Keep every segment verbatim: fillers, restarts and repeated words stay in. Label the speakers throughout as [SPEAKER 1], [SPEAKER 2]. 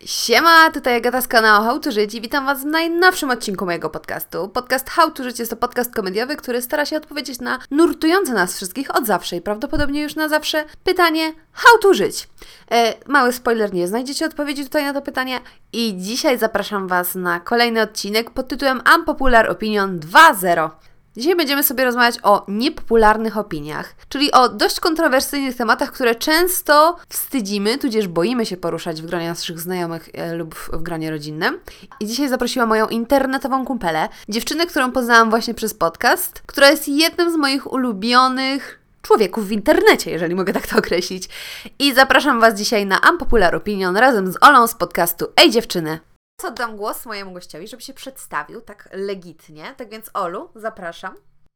[SPEAKER 1] Siema, tutaj Agata z kanału How to Żyć i witam Was w najnowszym odcinku mojego podcastu. Podcast How to Żyć jest to podcast komediowy, który stara się odpowiedzieć na nurtujące nas wszystkich od zawsze i prawdopodobnie już na zawsze pytanie How to Żyć. E, mały spoiler, nie znajdziecie odpowiedzi tutaj na to pytanie i dzisiaj zapraszam Was na kolejny odcinek pod tytułem Unpopular Opinion dwa zero. Dzisiaj będziemy sobie rozmawiać o niepopularnych opiniach, czyli o dość kontrowersyjnych tematach, które często wstydzimy, tudzież boimy się poruszać w gronie naszych znajomych e, lub w gronie rodzinnym. I dzisiaj zaprosiłam moją internetową kumpelę, dziewczynę, którą poznałam właśnie przez podcast, która jest jednym z moich ulubionych człowieków w internecie, jeżeli mogę tak to określić. I zapraszam Was dzisiaj na Unpopular Opinion razem z Olą z podcastu Ej dziewczyny! Oddam głos mojemu gościowi, żeby się przedstawił tak legitnie. Tak więc Olu, zapraszam.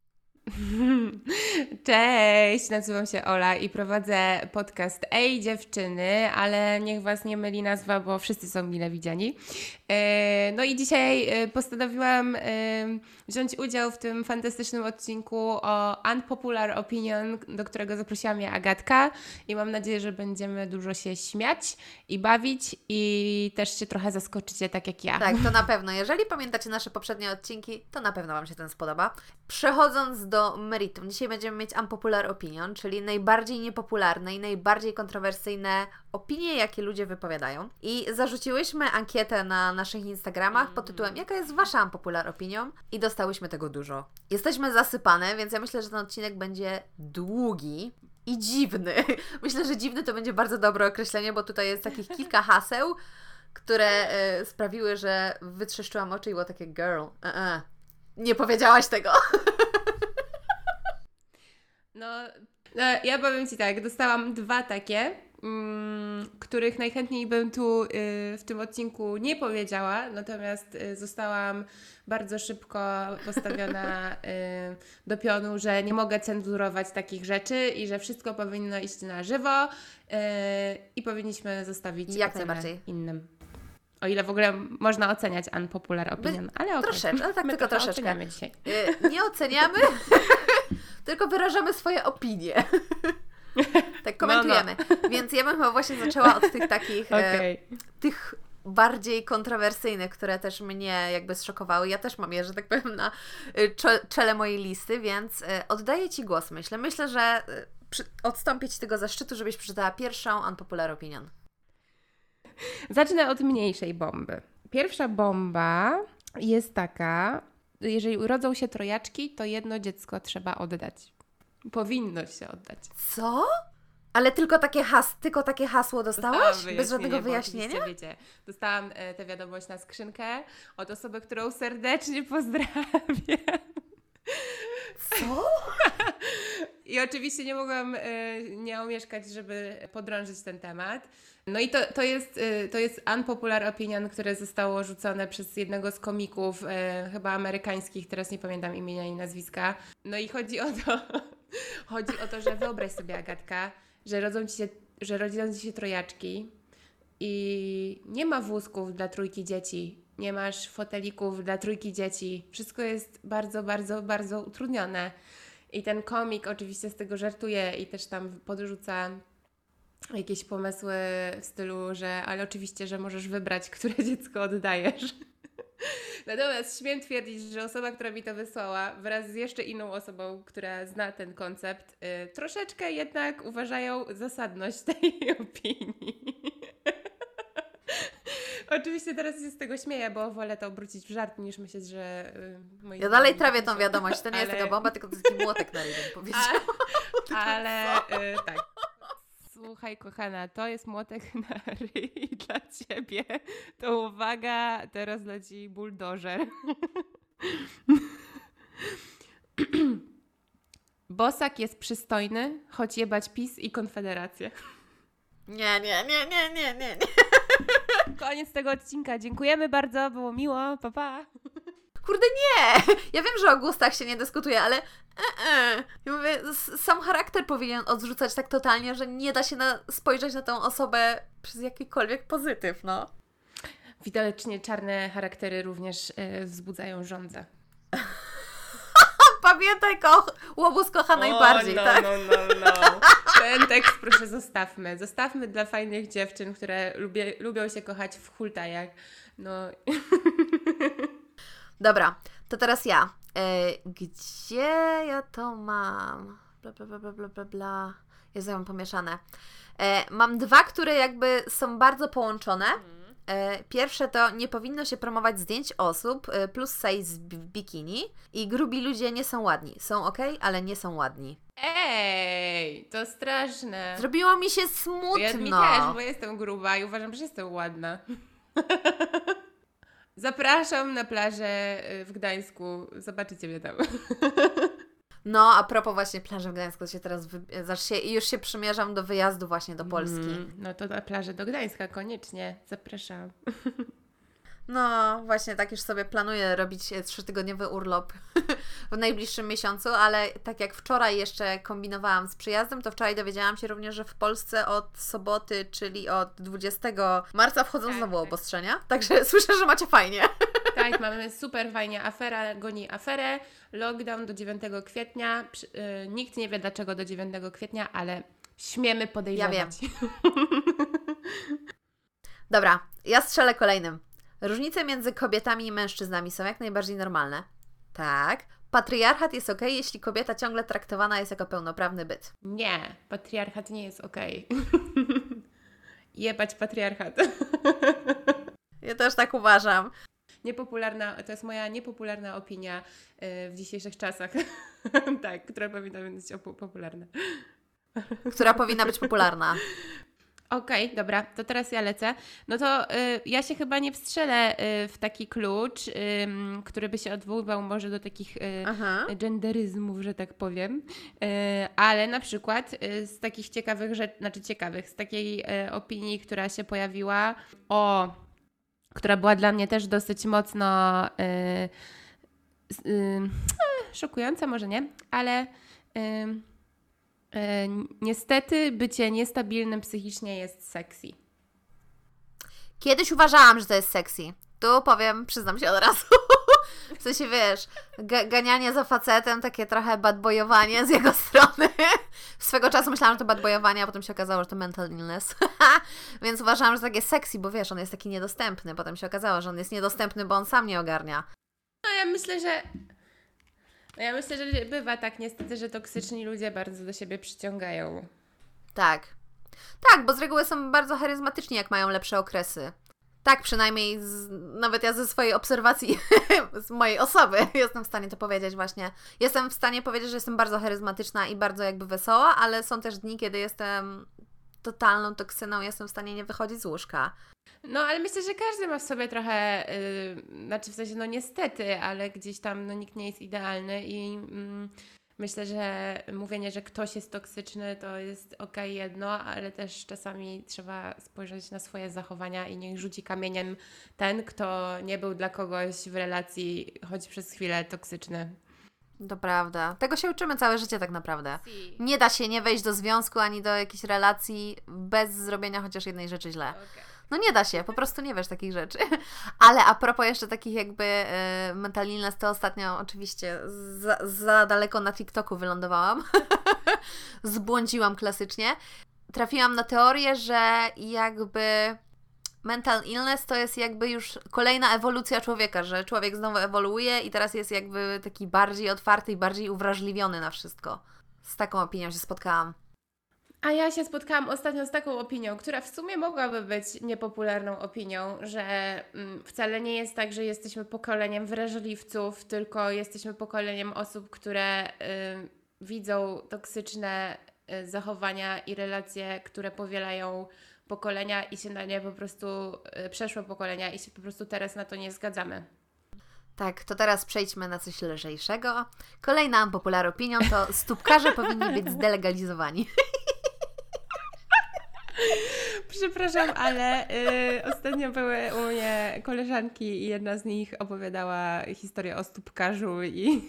[SPEAKER 2] Cześć, nazywam się Ola i prowadzę podcast Ej dziewczyny, ale niech Was nie myli nazwa, bo wszyscy są mile widziani. No i dzisiaj postanowiłam wziąć udział w tym fantastycznym odcinku o Unpopular Opinion, do którego zaprosiła mnie Agatka i mam nadzieję, że będziemy dużo się śmiać i bawić i też się trochę zaskoczycie, tak jak ja.
[SPEAKER 1] Tak, to na pewno. Jeżeli pamiętacie nasze poprzednie odcinki, to na pewno Wam się ten spodoba. Przechodząc do meritum, dzisiaj będziemy mieć Unpopular Opinion, czyli najbardziej niepopularne i najbardziej kontrowersyjne opinie, jakie ludzie wypowiadają. I zarzuciłyśmy ankietę na naszych Instagramach pod tytułem jaka jest Wasza Unpopular Opinion? I dostałyśmy tego dużo. Jesteśmy zasypane, więc ja myślę, że ten odcinek będzie długi i dziwny. Myślę, że dziwny to będzie bardzo dobre określenie, bo tutaj jest takich kilka haseł, które y, sprawiły, że wytrzeszczyłam oczy i było takie girl, uh-uh. Nie powiedziałaś tego.
[SPEAKER 2] No, no, ja powiem Ci tak, dostałam dwa takie, mm, których najchętniej bym tu y, w tym odcinku nie powiedziała, natomiast y, zostałam bardzo szybko postawiona y, do pionu, że nie mogę cenzurować takich rzeczy i że wszystko powinno iść na żywo y, i powinniśmy zostawić
[SPEAKER 1] Jak
[SPEAKER 2] ocenę
[SPEAKER 1] najbardziej
[SPEAKER 2] innym. O ile w ogóle można oceniać unpopular opinion, ale okej.
[SPEAKER 1] Troszeczkę, ale tak
[SPEAKER 2] My
[SPEAKER 1] tylko
[SPEAKER 2] trochę
[SPEAKER 1] troszeczkę.
[SPEAKER 2] oceniamy dzisiaj.
[SPEAKER 1] Y, nie oceniamy, tylko wyrażamy swoje opinie. Tak komentujemy. No, no. Więc ja bym chyba właśnie zaczęła od tych takich, okay. e, tych bardziej kontrowersyjnych, które też mnie jakby zszokowały. Ja też mam je, że tak powiem, na czele mojej listy, więc e, oddaję Ci głos, myślę. Myślę, że e, przy, odstąpię Ci tego zaszczytu, żebyś przeczytała pierwszą Unpopular Opinion.
[SPEAKER 2] Zacznę od mniejszej bomby. Pierwsza bomba jest taka, jeżeli urodzą się trojaczki, to jedno dziecko trzeba oddać. Powinno się oddać.
[SPEAKER 1] Co? Ale tylko takie, has, tylko takie hasło dostałaś? Bez żadnego wyjaśnienia?
[SPEAKER 2] Wiecie, dostałam e, tę wiadomość na skrzynkę od osoby, którą serdecznie pozdrawiam.
[SPEAKER 1] Co?
[SPEAKER 2] I oczywiście nie mogłam e, nie omieszkać, żeby podrążyć ten temat. No i to, to, jest, e, to jest Unpopular Opinion, które zostało rzucone przez jednego z komików, e, chyba amerykańskich, teraz nie pamiętam imienia i nazwiska. No i chodzi o to, chodzi o to, że wyobraź sobie, Agatka, że rodzą ci się, że rodzą ci się trojaczki i nie ma wózków dla trójki dzieci, nie masz fotelików dla trójki dzieci. Wszystko jest bardzo, bardzo, bardzo utrudnione. I ten komik oczywiście z tego żartuje i też tam podrzuca jakieś pomysły w stylu, że ale oczywiście, że możesz wybrać, które dziecko oddajesz. Natomiast śmiem twierdzić, że osoba, która mi to wysłała, wraz z jeszcze inną osobą, która zna ten koncept, yy, troszeczkę jednak uważają zasadność tej opinii. Oczywiście teraz się z tego śmieję, bo wolę to obrócić w żart, niż myśleć, że... Yy, moi
[SPEAKER 1] ja dalej trawię tą wiadomość, to nie ale... jest taka bomba, tylko to jest taki młotek na ryby, powiedział.
[SPEAKER 2] Ale yy, tak. Słuchaj, kochana, to jest młotek na ryj dla Ciebie. To uwaga, teraz leci buldożer. Bosak jest przystojny, choć jebać PiS i Konfederację.
[SPEAKER 1] Nie, nie, nie, nie, nie, nie, nie.
[SPEAKER 2] Koniec tego odcinka. Dziękujemy bardzo, było miło. Pa, pa.
[SPEAKER 1] Kurde, nie! Ja wiem, że o gustach się nie dyskutuje, ale e-e. Ja mówię, sam charakter powinien odrzucać tak totalnie, że nie da się na, spojrzeć na tę osobę przez jakikolwiek pozytyw, no.
[SPEAKER 2] Widocznie czarne charaktery również y, wzbudzają żądzę.
[SPEAKER 1] Pamiętaj, ko- łobuz kocha najbardziej,
[SPEAKER 2] no,
[SPEAKER 1] tak?
[SPEAKER 2] No, no, no. Ten tekst proszę zostawmy. Zostawmy dla fajnych dziewczyn, które lubię, lubią się kochać w hultajach. No.
[SPEAKER 1] Dobra, to teraz ja. E, gdzie ja to mam? Bla, bla, bla, bla, bla, bla, bla. Jezu, ja mam pomieszane. E, mam dwa, które jakby są bardzo połączone. E, pierwsze to nie powinno się promować zdjęć osób e, plus size w bikini i grubi ludzie nie są ładni. Są ok, ale nie są ładni.
[SPEAKER 2] Ej, to straszne.
[SPEAKER 1] Zrobiło mi się smutno.
[SPEAKER 2] Ja, mi też, bo jestem gruba i uważam, że jestem ładna. Zapraszam na plażę w Gdańsku. Zobaczycie mnie tam.
[SPEAKER 1] No, a propos właśnie plaży w Gdańsku, to się teraz wy... znaczy się, już się przymierzam do wyjazdu właśnie do Polski.
[SPEAKER 2] Mm, no to na plażę do Gdańska koniecznie. Zapraszam.
[SPEAKER 1] No, właśnie tak już sobie planuję robić trzytygodniowy urlop w najbliższym miesiącu, ale tak jak wczoraj jeszcze kombinowałam z przyjazdem, to wczoraj dowiedziałam się również, że w Polsce od soboty, czyli od dwudziestego marca wchodzą
[SPEAKER 2] Tak,
[SPEAKER 1] znowu
[SPEAKER 2] tak.
[SPEAKER 1] obostrzenia, także słyszę, że macie fajnie.
[SPEAKER 2] Tak, mamy super fajnie. Afera goni aferę. Lockdown do dziewiątego kwietnia. Przy- y, nikt nie wie dlaczego do dziewiątego kwietnia, ale śmiemy podejrzewać.
[SPEAKER 1] Ja wiem. Dobra, ja strzelę kolejnym. Różnice między kobietami i mężczyznami są jak najbardziej normalne. Tak. Patriarchat jest okej, jeśli kobieta ciągle traktowana jest jako pełnoprawny byt.
[SPEAKER 2] Nie, patriarchat nie jest okej. Jebać patriarchat.
[SPEAKER 1] Ja też tak uważam.
[SPEAKER 2] Niepopularna, to jest moja niepopularna opinia y, w dzisiejszych czasach. Tak, która powinna być opo- popularna.
[SPEAKER 1] Która powinna być popularna.
[SPEAKER 2] Okej, dobra, to teraz ja lecę. No to y, ja się chyba nie wstrzelę y, w taki klucz, y, który by się odwoływał może do takich y,
[SPEAKER 1] Aha.
[SPEAKER 2] genderyzmów, że tak powiem, y, ale na przykład y, z takich ciekawych rzeczy, znaczy ciekawych, z takiej y, opinii, która się pojawiła o, która była dla mnie też dosyć mocno y, z- y, e, szokująca, może nie, ale y, E, niestety bycie niestabilnym psychicznie jest sexy.
[SPEAKER 1] Kiedyś uważałam, że to jest sexy. Tu powiem, przyznam się od razu. W sensie, wiesz, ga- ganianie za facetem, takie trochę badbojowanie z jego strony. Swego czasu myślałam, że to badbojowanie, a potem się okazało, że to mental illness. Więc uważałam, że to takie sexy, bo wiesz, on jest taki niedostępny. Potem się okazało, że on jest niedostępny, bo on sam nie ogarnia.
[SPEAKER 2] No ja myślę, że no ja myślę, że bywa tak niestety, że toksyczni ludzie bardzo do siebie przyciągają.
[SPEAKER 1] Tak. Tak, bo z reguły są bardzo charyzmatyczni, jak mają lepsze okresy. Tak, przynajmniej z, nawet ja ze swojej obserwacji, z mojej osoby, jestem w stanie to powiedzieć właśnie. Jestem w stanie powiedzieć, że jestem bardzo charyzmatyczna i bardzo jakby wesoła, ale są też dni, kiedy jestem totalną toksyną i jestem w stanie nie wychodzić z łóżka.
[SPEAKER 2] No, ale myślę, że każdy ma w sobie trochę, yy, znaczy w sensie, no niestety, ale gdzieś tam no, nikt nie jest idealny i mm, myślę, że mówienie, że ktoś jest toksyczny, to jest okej jedno, ale też czasami trzeba spojrzeć na swoje zachowania i niech rzuci kamieniem ten, kto nie był dla kogoś w relacji choć przez chwilę toksyczny.
[SPEAKER 1] To prawda. Tego się uczymy całe życie tak naprawdę. Nie da się nie wejść do związku ani do jakiejś relacji bez zrobienia chociaż jednej rzeczy źle.
[SPEAKER 2] Okay.
[SPEAKER 1] No nie da się, po prostu nie wiesz takich rzeczy. Ale a propos jeszcze takich jakby y, mental illness, to ostatnio oczywiście za, za daleko na TikToku wylądowałam. Zbłądziłam klasycznie. Trafiłam na teorię, że jakby mental illness to jest jakby już kolejna ewolucja człowieka, że człowiek znowu ewoluuje i teraz jest jakby taki bardziej otwarty i bardziej uwrażliwiony na wszystko. Z taką opinią się spotkałam.
[SPEAKER 2] A ja się spotkałam ostatnio z taką opinią, która w sumie mogłaby być niepopularną opinią, że mm, wcale nie jest tak, że jesteśmy pokoleniem wrażliwców, tylko jesteśmy pokoleniem osób, które y, widzą toksyczne y, zachowania i relacje, które powielają pokolenia i się na nie po prostu, y, przeszłe pokolenia i się po prostu teraz na to nie zgadzamy.
[SPEAKER 1] Tak, to teraz przejdźmy na coś lżejszego. Kolejna popularna opinia to stópkarze powinni być zdelegalizowani.
[SPEAKER 2] Przepraszam, ale y, ostatnio były u mnie koleżanki i jedna z nich opowiadała historię o stópkarzu i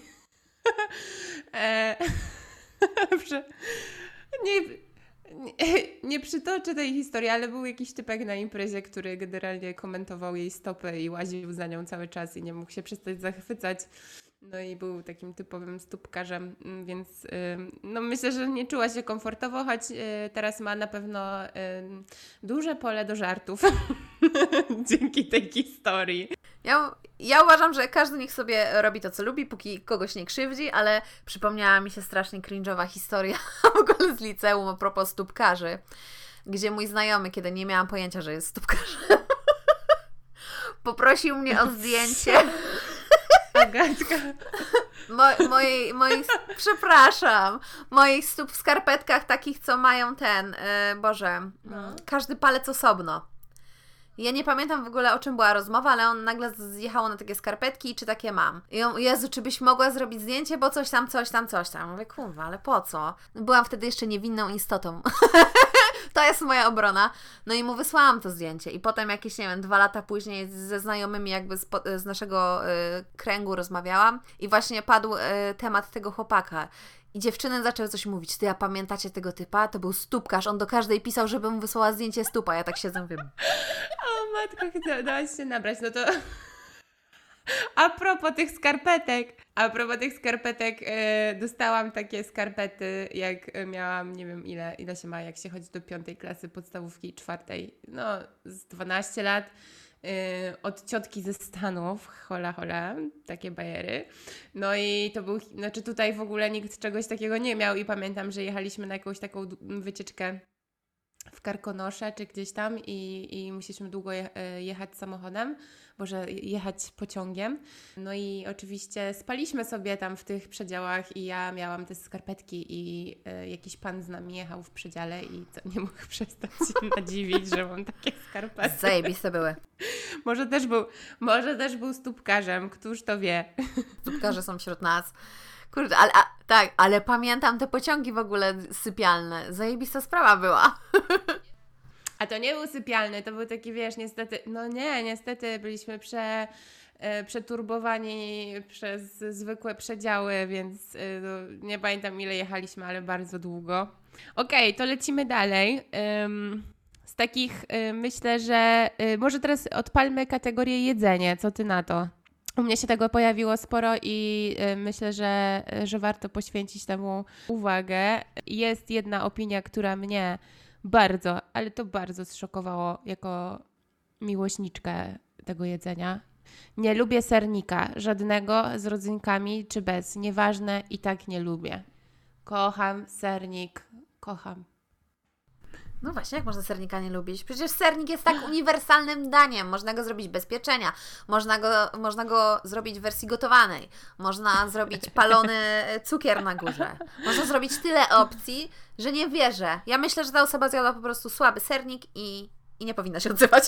[SPEAKER 2] e, prze, nie, nie, nie przytoczę tej historii, ale był jakiś typek na imprezie, który generalnie komentował jej stopy i łaził za nią cały czas i nie mógł się przestać zachwycać. No i był takim typowym stópkarzem, więc no myślę, że nie czuła się komfortowo, choć teraz ma na pewno duże pole do żartów dzięki tej historii.
[SPEAKER 1] Ja, ja uważam, że każdy niech sobie robi to, co lubi, póki kogoś nie krzywdzi, ale przypomniała mi się strasznie cringe'owa historia w ogóle z liceum a propos stópkarzy, gdzie mój znajomy, kiedy nie miałam pojęcia, że jest stópkarzem, poprosił mnie o zdjęcie
[SPEAKER 2] Agatka.
[SPEAKER 1] Mo, mojej, mojej, przepraszam, moich stóp w skarpetkach takich, co mają ten, yy, Boże,
[SPEAKER 2] No.
[SPEAKER 1] każdy palec osobno. Ja nie pamiętam w ogóle, o czym była rozmowa, ale on nagle zjechał na takie skarpetki i czy takie mam. I on, Jezu, czy byś mogła zrobić zdjęcie, bo coś tam, coś tam, coś tam. Mówię, kurwa, ale po co? Byłam wtedy jeszcze niewinną istotą. To jest moja obrona. No i mu wysłałam to zdjęcie. I potem jakieś, nie wiem, dwa lata później ze znajomymi jakby z, z naszego y, kręgu rozmawiałam i właśnie padł y, temat tego chłopaka. I dziewczyny zaczęły coś mówić. Ty, a pamiętacie tego typa? To był stópkarz. On do każdej pisał, żeby mu wysłała zdjęcie stópa. Ja tak siedzę i mówię...
[SPEAKER 2] O matko, dałaś się nabrać. No to a propos tych skarpetek. A propos tych skarpetek, yy, dostałam takie skarpety, jak miałam, nie wiem ile, ile się ma, jak się chodzi do piątej klasy podstawówki, czwartej, no z dwanaście lat. Yy, od ciotki ze Stanów, hola hola, takie bajery. No i to był, znaczy tutaj w ogóle nikt czegoś takiego nie miał i pamiętam, że jechaliśmy na jakąś taką wycieczkę w Karkonosze czy gdzieś tam i, i musieliśmy długo je, jechać samochodem, boże, jechać pociągiem. No i oczywiście spaliśmy sobie tam w tych przedziałach i ja miałam te skarpetki i y, jakiś pan z nami jechał w przedziale i to nie mógł przestać się nadziwić, że mam takie skarpety.
[SPEAKER 1] Zajebiste były.
[SPEAKER 2] Może też był, może też był stópkarzem, któż to wie.
[SPEAKER 1] Stópkarze są wśród nas. Kurde, ale a, tak, ale pamiętam te pociągi w ogóle sypialne. Zajebista sprawa była.
[SPEAKER 2] A to nie był sypialny, to był taki, wiesz, niestety, no nie, niestety byliśmy prze, e, przeturbowani przez zwykłe przedziały, więc e, no, nie pamiętam ile jechaliśmy, ale bardzo długo. Okej, okay, to lecimy dalej. Ym, z takich y, myślę, że y, może teraz odpalmy kategorię jedzenie, co ty na to? U mnie się tego pojawiło sporo i y, myślę, że, że warto poświęcić temu uwagę. Jest jedna opinia, która mnie bardzo, ale to bardzo zszokowało jako miłośniczkę tego jedzenia. Nie lubię sernika, żadnego z rodzynkami czy bez, nieważne, i tak nie lubię. Kocham sernik, kocham.
[SPEAKER 1] No właśnie, jak można sernika nie lubić? Przecież sernik jest tak uniwersalnym daniem. Można go zrobić bez pieczenia, można go, można go zrobić w wersji gotowanej, można zrobić palony cukier na górze. Można zrobić tyle opcji, że nie wierzę. Ja myślę, że ta osoba zjadła po prostu słaby sernik i, i nie powinna się odzywać.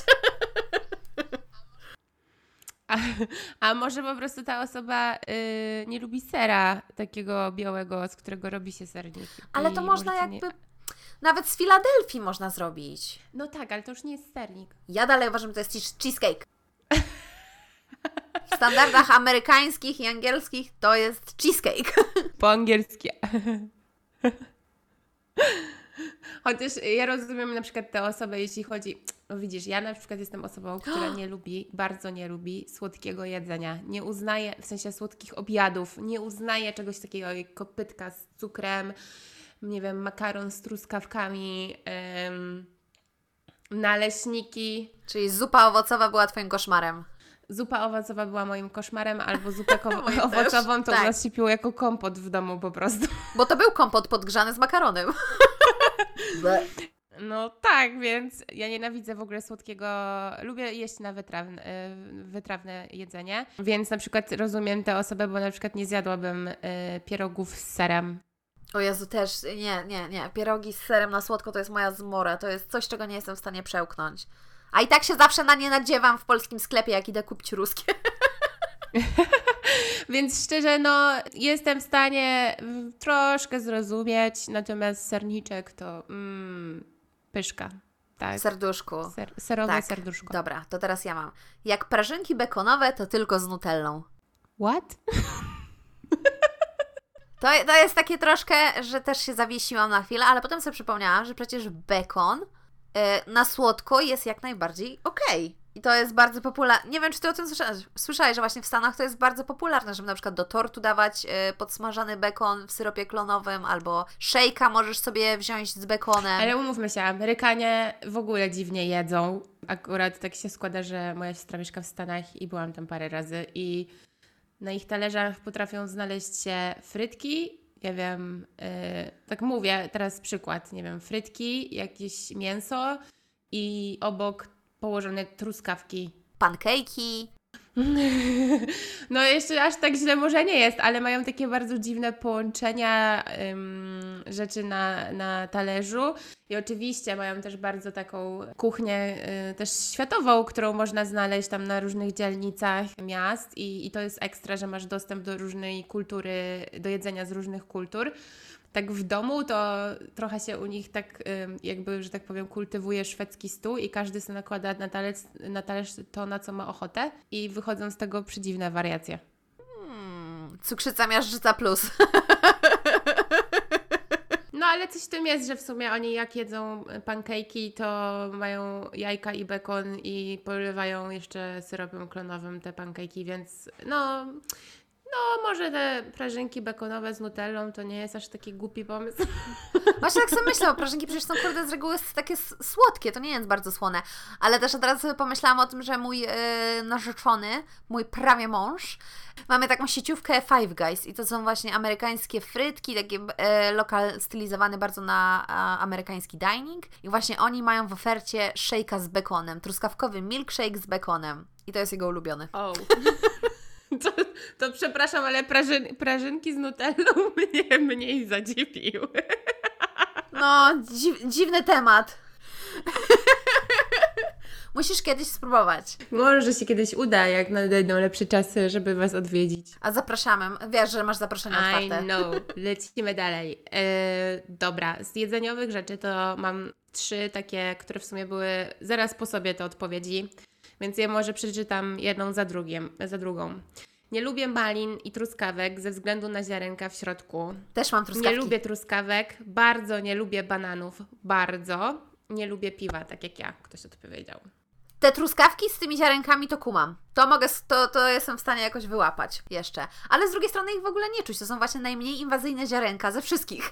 [SPEAKER 2] A, a może po prostu ta osoba y, nie lubi sera takiego białego, z którego robi się sernik.
[SPEAKER 1] Ale to
[SPEAKER 2] I
[SPEAKER 1] można jakby... Nie... Nawet z Filadelfii można zrobić.
[SPEAKER 2] No tak, ale to już nie jest sernik.
[SPEAKER 1] Ja dalej uważam, że to jest cheesecake. W standardach amerykańskich i angielskich to jest cheesecake.
[SPEAKER 2] Po angielskie. Chociaż ja rozumiem na przykład tę osobę, jeśli chodzi... No widzisz, ja na przykład jestem osobą, która nie lubi, bardzo nie lubi słodkiego jedzenia. Nie uznaje, w sensie słodkich obiadów, nie uznaje czegoś takiego jak kopytka z cukrem, nie wiem, makaron z truskawkami, ym, naleśniki.
[SPEAKER 1] Czyli zupa owocowa była Twoim koszmarem.
[SPEAKER 2] Zupa owocowa była moim koszmarem, albo zupę ko- owocową to tak. U nas się piło jako kompot w domu po prostu. Bo
[SPEAKER 1] to był kompot podgrzany z makaronem.
[SPEAKER 2] No tak, więc ja nienawidzę w ogóle słodkiego, lubię jeść na wytrawne, wytrawne jedzenie, więc na przykład rozumiem tę osobę, bo na przykład nie zjadłabym y, pierogów z serem.
[SPEAKER 1] O Jezu, też, nie, nie, nie, pierogi z serem na słodko to jest moja zmora, to jest coś, czego nie jestem w stanie przełknąć. A i tak się zawsze na nie nadziewam w polskim sklepie, jak idę kupić ruskie.
[SPEAKER 2] Więc szczerze, no, jestem w stanie troszkę zrozumieć, natomiast serniczek to mm, pyszka. Tak.
[SPEAKER 1] Serduszku.
[SPEAKER 2] Ser, serowe tak. serduszko.
[SPEAKER 1] Dobra, to teraz ja mam. Jak prażynki bekonowe, to tylko z nutellą.
[SPEAKER 2] What?
[SPEAKER 1] To, to jest takie troszkę, że też się zawiesiłam na chwilę, ale potem sobie przypomniałam, że przecież bekon yy, na słodko jest jak najbardziej okej. Okay. I to jest bardzo popularne. Nie wiem, czy Ty o tym słyszałeś, słyszałeś, że właśnie w Stanach to jest bardzo popularne, żeby na przykład do tortu dawać y, podsmażany bekon w syropie klonowym, albo szejka możesz sobie wziąć z bekonem.
[SPEAKER 2] Ale umówmy się, Amerykanie w ogóle dziwnie jedzą. Akurat tak się składa, że moja siostra mieszka w Stanach i byłam tam parę razy i na ich talerzach potrafią znaleźć się frytki, nie wiem, yy, tak mówię, teraz przykład, nie wiem, frytki, jakieś mięso i obok położone truskawki.
[SPEAKER 1] Pankejki.
[SPEAKER 2] No jeszcze aż tak źle może nie jest, ale mają takie bardzo dziwne połączenia ym, rzeczy na, na talerzu i oczywiście mają też bardzo taką kuchnię y, też światową, którą można znaleźć tam na różnych dzielnicach miast i, i to jest ekstra, że masz dostęp do różnej kultury, do jedzenia z różnych kultur. Tak w domu to trochę się u nich tak ym, jakby, że tak powiem, kultywuje szwedzki stół i każdy sobie nakłada na talerz, na talerz to, na co ma ochotę i wychodzą z tego przedziwne wariacje.
[SPEAKER 1] Hmm, cukrzyca miażdżyca plus.
[SPEAKER 2] No ale coś w tym jest, że w sumie oni jak jedzą pankejki, to mają jajka i bekon i polewają jeszcze syropem klonowym te pankejki, więc no... No, może te prażynki bekonowe z nutellą to nie jest aż taki głupi pomysł.
[SPEAKER 1] Właśnie tak sobie myślę, bo prażynki przecież są kurde z reguły takie s- słodkie, to nie jest bardzo słone. Ale też od razu sobie pomyślałam o tym, że mój yy, narzeczony, mój prawie mąż, mamy taką sieciówkę Five Guys i to są właśnie amerykańskie frytki, taki e, lokal stylizowany bardzo na a, amerykański dining i właśnie oni mają w ofercie szejka z bekonem, truskawkowy milkshake z bekonem i to jest jego ulubiony.
[SPEAKER 2] Oh. To, to przepraszam, ale prażyn, prażynki z nutellą mnie mniej zadziwiły.
[SPEAKER 1] No, dziw, dziwny temat. Musisz kiedyś spróbować.
[SPEAKER 2] Może się kiedyś uda, jak nadejdą lepsze czasy, żeby Was odwiedzić.
[SPEAKER 1] A zapraszamy. Wiesz, że masz zaproszenie
[SPEAKER 2] I
[SPEAKER 1] otwarte.
[SPEAKER 2] know. Lecimy dalej. E, dobra, z jedzeniowych rzeczy to mam trzy takie, które w sumie były zaraz po sobie te odpowiedzi, więc ja może przeczytam jedną za, drugim, za drugą. Nie lubię malin i truskawek ze względu na ziarenka w środku.
[SPEAKER 1] Też mam truskawki.
[SPEAKER 2] Nie lubię truskawek, bardzo nie lubię bananów, bardzo. Nie lubię piwa, tak jak ja, ktoś odpowiedział.
[SPEAKER 1] Te truskawki z tymi ziarenkami to kumam. To mogę, to, to jestem w stanie jakoś wyłapać jeszcze. Ale z drugiej strony ich w ogóle nie czuć. To są właśnie najmniej inwazyjne ziarenka ze wszystkich.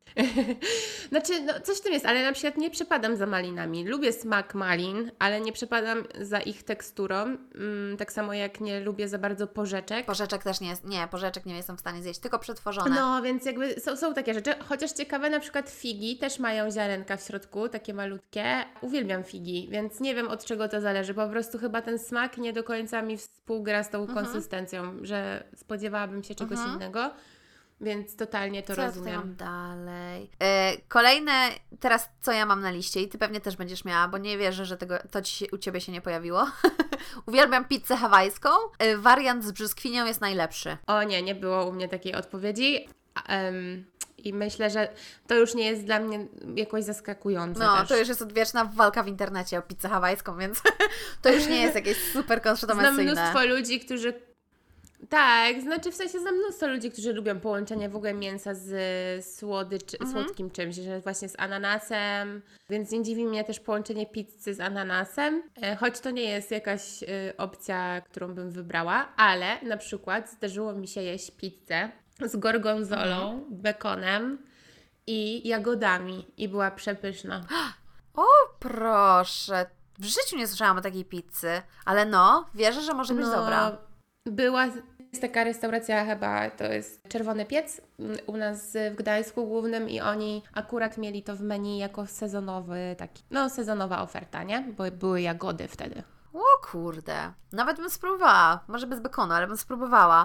[SPEAKER 2] Znaczy, no coś w tym jest, ale na przykład nie przepadam za malinami. Lubię smak malin, ale nie przepadam za ich teksturą. Mm, tak samo jak nie lubię za bardzo porzeczek.
[SPEAKER 1] Porzeczek też nie jest, nie, porzeczek nie jestem w stanie zjeść, tylko przetworzone.
[SPEAKER 2] No, więc jakby są, są takie rzeczy. Chociaż ciekawe, na przykład figi też mają ziarenka w środku, takie malutkie. Uwielbiam figi, więc nie wiem od czego to zależy. Po prostu chyba ten smak nie do końca mi współgra z tą
[SPEAKER 1] Mhm.
[SPEAKER 2] konsystencją, że spodziewałabym się czegoś
[SPEAKER 1] Mhm.
[SPEAKER 2] innego. Więc totalnie to
[SPEAKER 1] Co ja tutaj
[SPEAKER 2] rozumiem.
[SPEAKER 1] mam dalej? E, kolejne, teraz co ja mam na liście i Ty pewnie też będziesz miała, bo nie wierzę, że tego, to ci się, u Ciebie się nie pojawiło. Uwielbiam pizzę hawajską. E, wariant z brzoskwinią jest najlepszy.
[SPEAKER 2] O nie, nie było u mnie takiej odpowiedzi. Um, I myślę, że to już nie jest dla mnie jakoś zaskakujące
[SPEAKER 1] No,
[SPEAKER 2] też.
[SPEAKER 1] to już jest odwieczna walka w internecie o pizzę hawajską, więc to już nie jest jakieś super
[SPEAKER 2] Znam
[SPEAKER 1] kontrowersyjne.
[SPEAKER 2] mnóstwo ludzi, którzy... Tak, znaczy w sensie znam mnóstwo ludzi, którzy lubią połączenie w ogóle mięsa z słodycz,
[SPEAKER 1] Mhm.
[SPEAKER 2] słodkim czymś, że właśnie z ananasem, więc nie dziwi mnie też połączenie pizzy z ananasem, e, choć to nie jest jakaś e, opcja, którą bym wybrała, ale na przykład zdarzyło mi się jeść pizzę z gorgonzolą,
[SPEAKER 1] Mhm.
[SPEAKER 2] bekonem i jagodami i była przepyszna.
[SPEAKER 1] O, proszę. W życiu nie słyszałam o takiej pizzy, ale no, wierzę, że może być dobra.
[SPEAKER 2] Była, jest taka restauracja chyba, to jest Czerwony Piec u nas w Gdańsku Głównym i oni akurat mieli to w menu jako sezonowy taki, no sezonowa oferta, nie? Bo były jagody wtedy.
[SPEAKER 1] O kurde, nawet bym spróbowała. Może bez bekonu, ale bym spróbowała,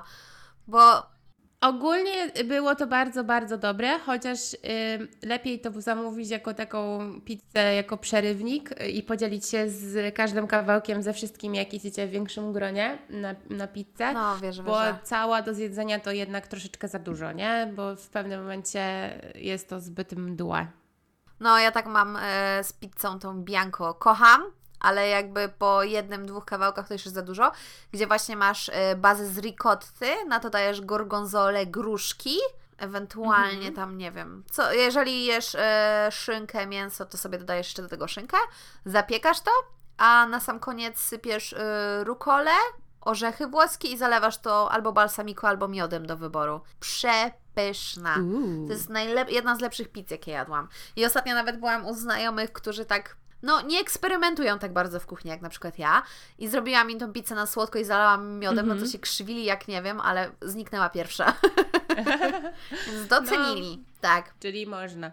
[SPEAKER 1] bo
[SPEAKER 2] Ogólnie było to bardzo, bardzo dobre, chociaż y, lepiej to zamówić jako taką pizzę, jako przerywnik y, i podzielić się z każdym kawałkiem ze wszystkim, jak idziecie w większym gronie na, na pizzę.
[SPEAKER 1] no wierzę,
[SPEAKER 2] Bo
[SPEAKER 1] wierzę.
[SPEAKER 2] cała do zjedzenia to jednak troszeczkę za dużo, nie? Bo w pewnym momencie jest to zbyt mdłe.
[SPEAKER 1] No ja tak mam e, z pizzą tą bianco. Kocham, ale jakby po jednym, dwóch kawałkach to już jest za dużo, gdzie właśnie masz e, bazę z ricotty, na to dajesz gorgonzolę, gruszki, ewentualnie
[SPEAKER 2] Mhm.
[SPEAKER 1] tam, nie wiem, co, jeżeli jesz e, szynkę, mięso, to sobie dodajesz jeszcze do tego szynkę, zapiekasz to, a na sam koniec sypiesz y, rukolę, orzechy włoskie i zalewasz to albo balsamiku, albo miodem do wyboru. Przepyszna.
[SPEAKER 2] Uuu.
[SPEAKER 1] To jest najlep- jedna z lepszych pizz, jakie jadłam. I ostatnio nawet byłam u znajomych, którzy tak, no nie eksperymentują tak bardzo w kuchni, jak na przykład ja. I zrobiłam im tą pizzę na słodko i zalałam miodem,
[SPEAKER 2] Mhm.
[SPEAKER 1] no to się krzywili jak nie wiem, ale zniknęła pierwsza. Więc docenili. No. Tak.
[SPEAKER 2] Czyli można.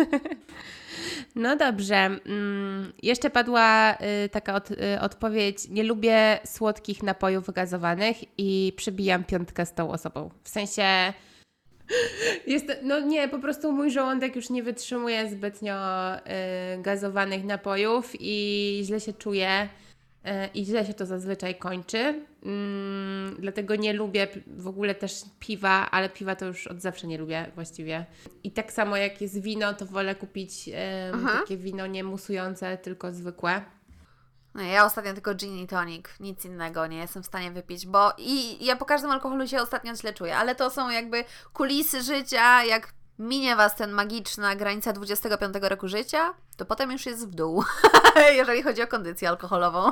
[SPEAKER 2] No dobrze. Mm, jeszcze padła y, taka od, y, odpowiedź. Nie lubię słodkich napojów gazowanych i przybijam piątkę z tą osobą. W sensie... Jest, no nie, po prostu mój żołądek już nie wytrzymuje zbytnio y, gazowanych napojów i źle się czuję. I źle się to zazwyczaj kończy, mm, dlatego nie lubię w ogóle też piwa, ale piwa to już od zawsze nie lubię właściwie. I tak samo jak jest wino, to wolę kupić um, takie wino nie musujące, tylko zwykłe.
[SPEAKER 1] No, ja ostatnio tylko gin i tonic, nic innego nie jestem w stanie wypić, bo i ja po każdym alkoholu się ostatnio źle czuję, ale to są jakby kulisy życia, jak minie Was ten magiczna granica dwudziestego piątego roku życia, to potem już jest w dół, jeżeli chodzi o kondycję alkoholową.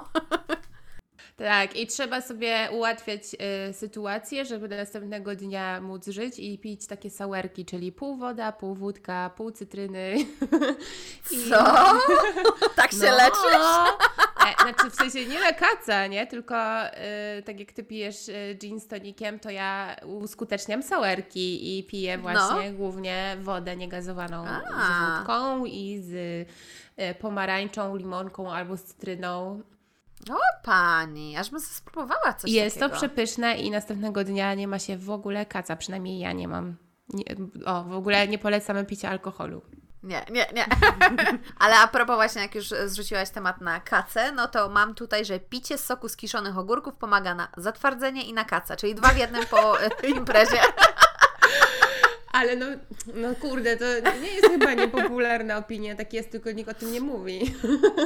[SPEAKER 2] Tak, i trzeba sobie ułatwiać y, sytuację, żeby następnego dnia móc żyć i pić takie sourki, czyli pół woda, pół wódka, pół cytryny. I...
[SPEAKER 1] Co? Tak się
[SPEAKER 2] no.
[SPEAKER 1] leczysz?
[SPEAKER 2] E, znaczy w sensie nie na kaca, nie? Tylko y, tak jak Ty pijesz y, gin z tonikiem, to ja uskuteczniam sourki i piję właśnie no. głównie wodę niegazowaną
[SPEAKER 1] A.
[SPEAKER 2] z wódką i z y, pomarańczą, limonką albo z cytryną.
[SPEAKER 1] O Pani, aż bym spróbowała coś
[SPEAKER 2] Jest
[SPEAKER 1] takiego.
[SPEAKER 2] to przepyszne i następnego dnia nie ma się w ogóle kaca, przynajmniej ja nie mam. Nie, o, w ogóle nie polecamy picia alkoholu.
[SPEAKER 1] Nie, nie, nie. Ale a propos właśnie, jak już zrzuciłaś temat na kacę, no to mam tutaj, że picie soku z kiszonych ogórków pomaga na zatwardzenie i na kaca, czyli dwa w jednym po imprezie.
[SPEAKER 2] Ale no, no kurde, to nie jest chyba niepopularna opinia, tak jest, tylko nikt o tym nie mówi.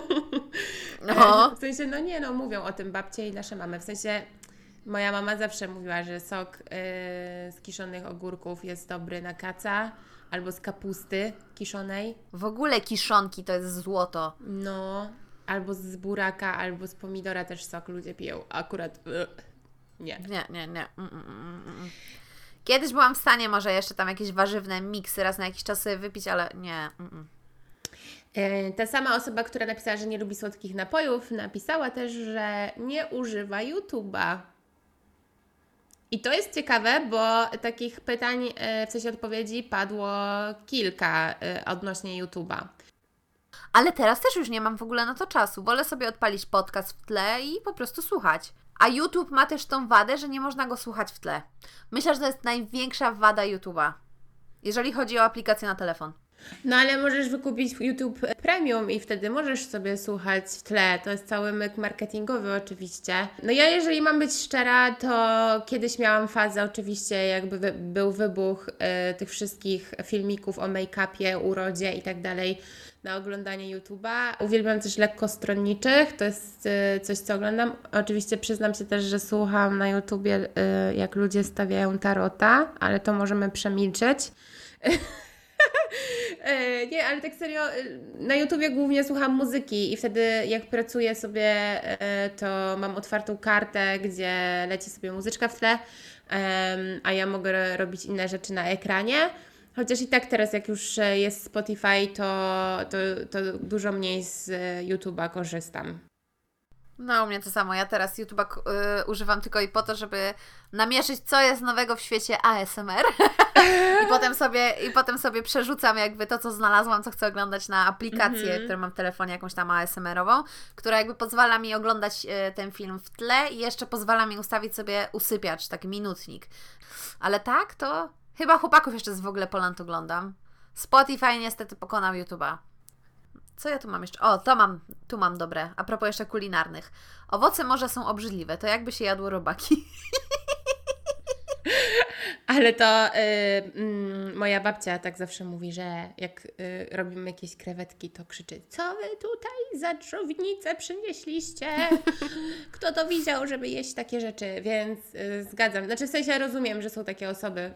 [SPEAKER 1] No.
[SPEAKER 2] W sensie, no nie, no mówią o tym babcie i nasze mamy. W sensie, moja mama zawsze mówiła, że sok yy, z kiszonych ogórków jest dobry na kaca, albo z kapusty kiszonej.
[SPEAKER 1] W ogóle kiszonki to jest złoto.
[SPEAKER 2] No, albo z buraka, albo z pomidora też sok ludzie piją. Akurat yy, nie.
[SPEAKER 1] Nie, nie, nie. Mm, mm, mm, mm. Kiedyś byłam w stanie może jeszcze tam jakieś warzywne miksy raz na jakiś czas sobie wypić, ale nie. Mm.
[SPEAKER 2] Ta sama osoba, która napisała, że nie lubi słodkich napojów, napisała też, że nie używa YouTube'a. I to jest ciekawe, bo takich pytań, w sensie odpowiedzi padło kilka odnośnie YouTube'a.
[SPEAKER 1] Ale teraz też już nie mam w ogóle na to czasu. Wolę sobie odpalić podcast w tle i po prostu słuchać. A YouTube ma też tą wadę, że nie można go słuchać w tle. Myślę, że to jest największa wada YouTube'a, jeżeli chodzi o aplikację na telefon.
[SPEAKER 2] No ale możesz wykupić YouTube Premium i wtedy możesz sobie słuchać w tle. To jest cały myk marketingowy oczywiście. No ja jeżeli mam być szczera, to kiedyś miałam fazę oczywiście, jakby wy, był wybuch y, tych wszystkich filmików o make-upie, urodzie i tak dalej na oglądanie YouTube'a. Uwielbiam też lekkostronniczych, to jest y, coś, co oglądam. Oczywiście przyznam się też, że słucham na YouTubie, y, jak ludzie stawiają tarota, ale to możemy przemilczeć. Nie, ale tak serio, na YouTubie głównie słucham muzyki i wtedy jak pracuję sobie, to mam otwartą kartę, gdzie leci sobie muzyczka w tle, a ja mogę robić inne rzeczy na ekranie. Chociaż i tak teraz jak już jest Spotify, to, to, to dużo mniej z YouTube'a korzystam.
[SPEAKER 1] No u mnie to samo. Ja teraz YouTube'a y, używam tylko i po to, żeby namieszyć, co jest nowego w świecie A S M R. I potem sobie i potem sobie przerzucam jakby to, co znalazłam, co chcę oglądać na aplikację, mm-hmm. którą mam w telefonie, jakąś tam A S M R-ową, która jakby pozwala mi oglądać y, ten film w tle i jeszcze pozwala mi ustawić sobie usypiacz, taki minutnik. Ale tak, to chyba chłopaków jeszcze z w ogóle Poland oglądam. Spotify niestety pokonał YouTube'a. Co ja tu mam jeszcze? O, to mam, tu mam dobre. A propos jeszcze kulinarnych. Owoce morza są obrzydliwe. To jakby się jadło robaki.
[SPEAKER 2] Ale to y, mm, moja babcia tak zawsze mówi, że jak y, robimy jakieś krewetki, to krzyczy: co wy tutaj za dżownicę przynieśliście? Kto to widział, żeby jeść takie rzeczy? Więc y, zgadzam. Znaczy w sensie rozumiem, że są takie osoby,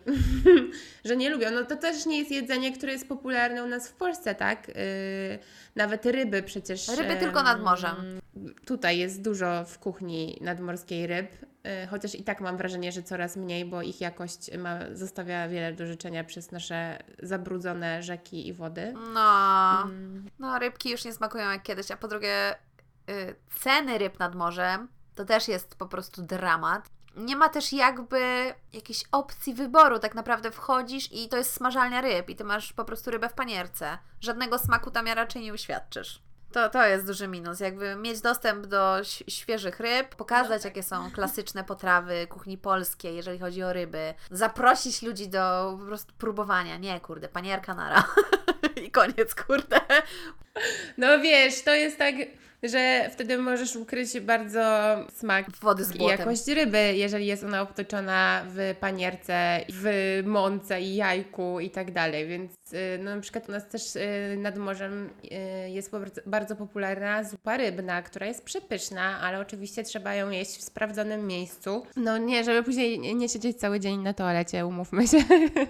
[SPEAKER 2] że nie lubią. No to też nie jest jedzenie, które jest popularne u nas w Polsce, tak? Y, nawet ryby przecież.
[SPEAKER 1] Ryby tylko nad morzem.
[SPEAKER 2] Tutaj jest dużo w kuchni nadmorskiej ryb, y, chociaż i tak mam wrażenie, że coraz mniej, bo ich jakość ma, zostawia wiele do życzenia przez nasze zabrudzone rzeki i wody.
[SPEAKER 1] No,
[SPEAKER 2] Mm.
[SPEAKER 1] no rybki już nie smakują jak kiedyś, a po drugie y, ceny ryb nad morzem to też jest po prostu dramat. Nie ma też jakby jakiejś opcji wyboru, tak naprawdę wchodzisz i to jest smażalnia ryb i ty masz po prostu rybę w panierce. Żadnego smaku tam ja raczej nie uświadczysz. To, to jest duży minus, jakby mieć dostęp do ś- świeżych ryb, pokazać jakie są klasyczne potrawy kuchni polskiej, jeżeli chodzi o ryby, zaprosić ludzi do po prostu próbowania. Nie, kurde, panierka nara. I koniec, kurde.
[SPEAKER 2] No wiesz, to jest tak, że wtedy możesz ukryć bardzo smak
[SPEAKER 1] Wody z
[SPEAKER 2] i
[SPEAKER 1] błotem.
[SPEAKER 2] jakość ryby, jeżeli jest ona obtoczona w panierce, w mące i jajku i tak dalej, więc y, no, na przykład u nas też y, nad morzem y, jest bardzo, bardzo popularna zupa rybna, która jest przepyszna, ale oczywiście trzeba ją jeść w sprawdzonym miejscu. No nie, żeby później nie nie siedzieć cały dzień na toalecie, umówmy się.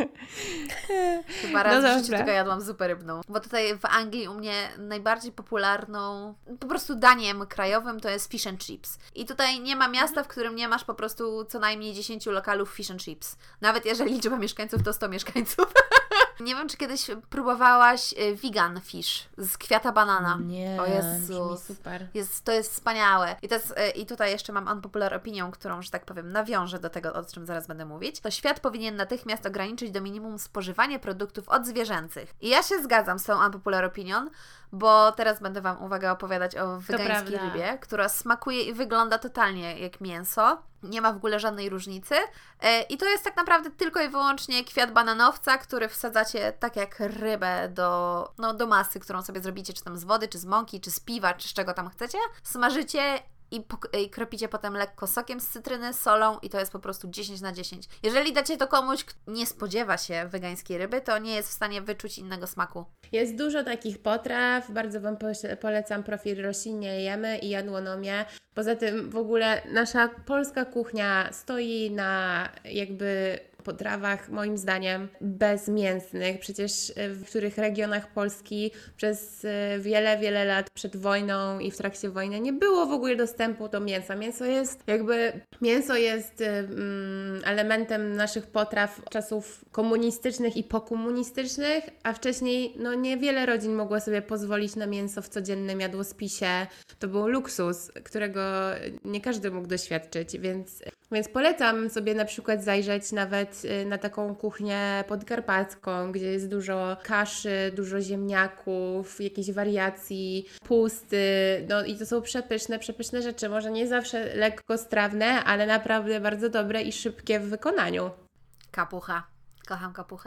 [SPEAKER 1] Chyba raz
[SPEAKER 2] No
[SPEAKER 1] w życiu
[SPEAKER 2] dobra.
[SPEAKER 1] tylko jadłam zupę rybną. Bo tutaj w Anglii u mnie najbardziej popularną, po prostu daniem krajowym to jest fish and chips. I tutaj nie ma miasta, w którym nie masz po prostu co najmniej dziesięć lokalów fish and chips. Nawet jeżeli liczba mieszkańców to sto mieszkańców. Nie wiem, czy kiedyś próbowałaś y, vegan fish z kwiata banana.
[SPEAKER 2] Nie,
[SPEAKER 1] O
[SPEAKER 2] brzmi
[SPEAKER 1] Jezus.
[SPEAKER 2] super.
[SPEAKER 1] Jest, to jest wspaniałe. I, to jest, y, I tutaj jeszcze mam unpopular opinią, którą, że tak powiem, nawiążę do tego, o czym zaraz będę mówić. To świat powinien natychmiast ograniczyć do minimum spożywanie produktów odzwierzęcych. I ja się zgadzam z tą unpopular opinion, bo teraz będę Wam, uwaga, opowiadać o wegańskiej
[SPEAKER 2] prawda.
[SPEAKER 1] rybie, która smakuje i wygląda totalnie jak mięso. Nie ma w ogóle żadnej różnicy. E, I to jest tak naprawdę tylko i wyłącznie kwiat bananowca, który wsadzacie tak jak rybę do, no, do masy, którą sobie zrobicie, czy tam z wody, czy z mąki, czy z piwa, czy z czego tam chcecie. Smażycie i, pok- i kropicie potem lekko sokiem z cytryny, solą i to jest po prostu dziesięć na dziesięć. Jeżeli dacie to komuś, kto nie spodziewa się wegańskiej ryby, to nie jest w stanie wyczuć innego smaku.
[SPEAKER 2] Jest dużo takich potraw, bardzo Wam po- polecam profil Roślinnie Jemy i Jadłonomię. Poza tym w ogóle nasza polska kuchnia stoi na jakby potrawach, moim zdaniem, bezmięsnych. Przecież y, w których regionach Polski przez y, wiele, wiele lat przed wojną i w trakcie wojny nie było w ogóle dostępu do mięsa. Mięso jest jakby, mięso jest y, mm, elementem naszych potraw czasów komunistycznych i pokomunistycznych, a wcześniej no niewiele rodzin mogło sobie pozwolić na mięso w codziennym jadłospisie. To był luksus, którego nie każdy mógł doświadczyć, więc Więc polecam sobie na przykład zajrzeć nawet y, na taką kuchnię podkarpacką, gdzie jest dużo kaszy, dużo ziemniaków, jakiejś wariacji, pusty, no i to są przepyszne, przepyszne rzeczy. Może nie zawsze lekko strawne, ale naprawdę bardzo dobre i szybkie w wykonaniu.
[SPEAKER 1] Kapucha. Kocham kapuchę.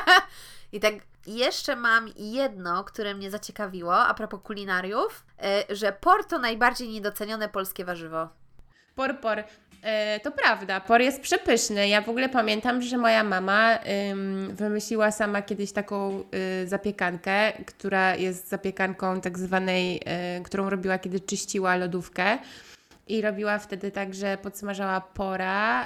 [SPEAKER 1] I tak jeszcze mam jedno, które mnie zaciekawiło a propos kulinariów, y, że por to najbardziej niedocenione polskie warzywo.
[SPEAKER 2] Por, por. E, to prawda, por jest przepyszny. Ja w ogóle pamiętam, że moja mama ym, wymyśliła sama kiedyś taką y, zapiekankę, która jest zapiekanką tak zwanej, y, którą robiła, kiedy czyściła lodówkę. I robiła wtedy tak, że podsmażała pora y,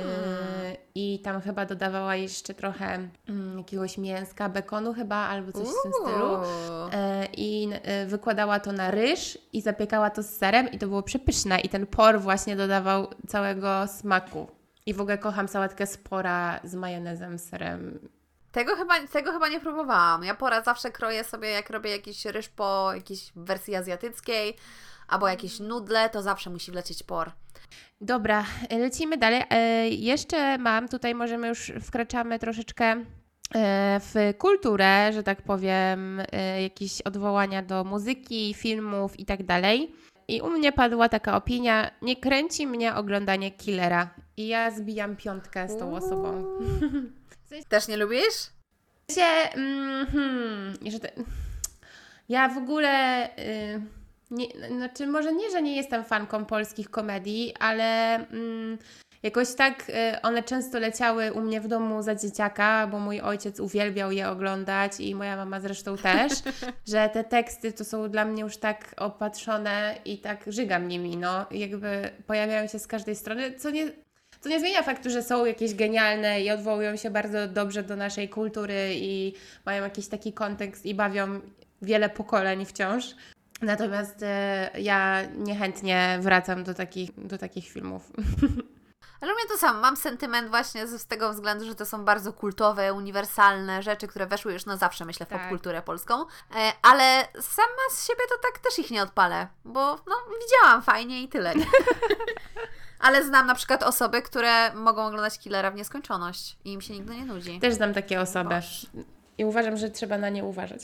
[SPEAKER 2] i tam chyba dodawała jeszcze trochę y, jakiegoś mięska, bekonu chyba, albo coś w tym stylu.
[SPEAKER 1] Uuu.
[SPEAKER 2] E, I e, wykładała to na ryż i zapiekała to z serem i to było przepyszne. I ten por właśnie dodawał całego smaku. I w ogóle kocham sałatkę z pora z majonezem, serem.
[SPEAKER 1] Tego chyba, tego chyba nie próbowałam. Ja pora zawsze kroję sobie, jak robię jakiś ryż po jakiejś wersji azjatyckiej albo jakieś nudle, to zawsze musi wlecieć por.
[SPEAKER 2] Dobra, lecimy dalej. E, jeszcze mam, tutaj możemy już wkraczamy troszeczkę e, w kulturę, że tak powiem, e, jakieś odwołania do muzyki, filmów i tak dalej. I u mnie padła taka opinia, nie kręci mnie oglądanie Killera. I ja zbijam piątkę z tą osobą.
[SPEAKER 1] Też nie lubisz?
[SPEAKER 2] Się, mm, hmm, że te, ja w ogóle, y, nie, znaczy może nie, że nie jestem fanką polskich komedii, ale mm, jakoś tak y, one często leciały u mnie w domu za dzieciaka, bo mój ojciec uwielbiał je oglądać i moja mama zresztą też, że te teksty to są dla mnie już tak opatrzone i tak żygam nimi, no. Jakby pojawiają się z każdej strony, co nie... Co nie zmienia faktu, że są jakieś genialne i odwołują się bardzo dobrze do naszej kultury i mają jakiś taki kontekst i bawią wiele pokoleń wciąż. Natomiast e, ja niechętnie wracam do takich, do takich filmów.
[SPEAKER 1] Ale u mnie to samo. Mam sentyment właśnie z, z tego względu, że to są bardzo kultowe, uniwersalne rzeczy, które weszły już na zawsze, myślę, w
[SPEAKER 2] Tak.
[SPEAKER 1] popkulturę polską. E, ale sama z siebie to tak też ich nie odpalę, bo no, widziałam fajnie i tyle. Nie? Ale znam na przykład osoby, które mogą oglądać Killera w nieskończoność i im się nigdy nie nudzi.
[SPEAKER 2] Też znam takie osoby
[SPEAKER 1] Boż.
[SPEAKER 2] i uważam, że trzeba na nie uważać.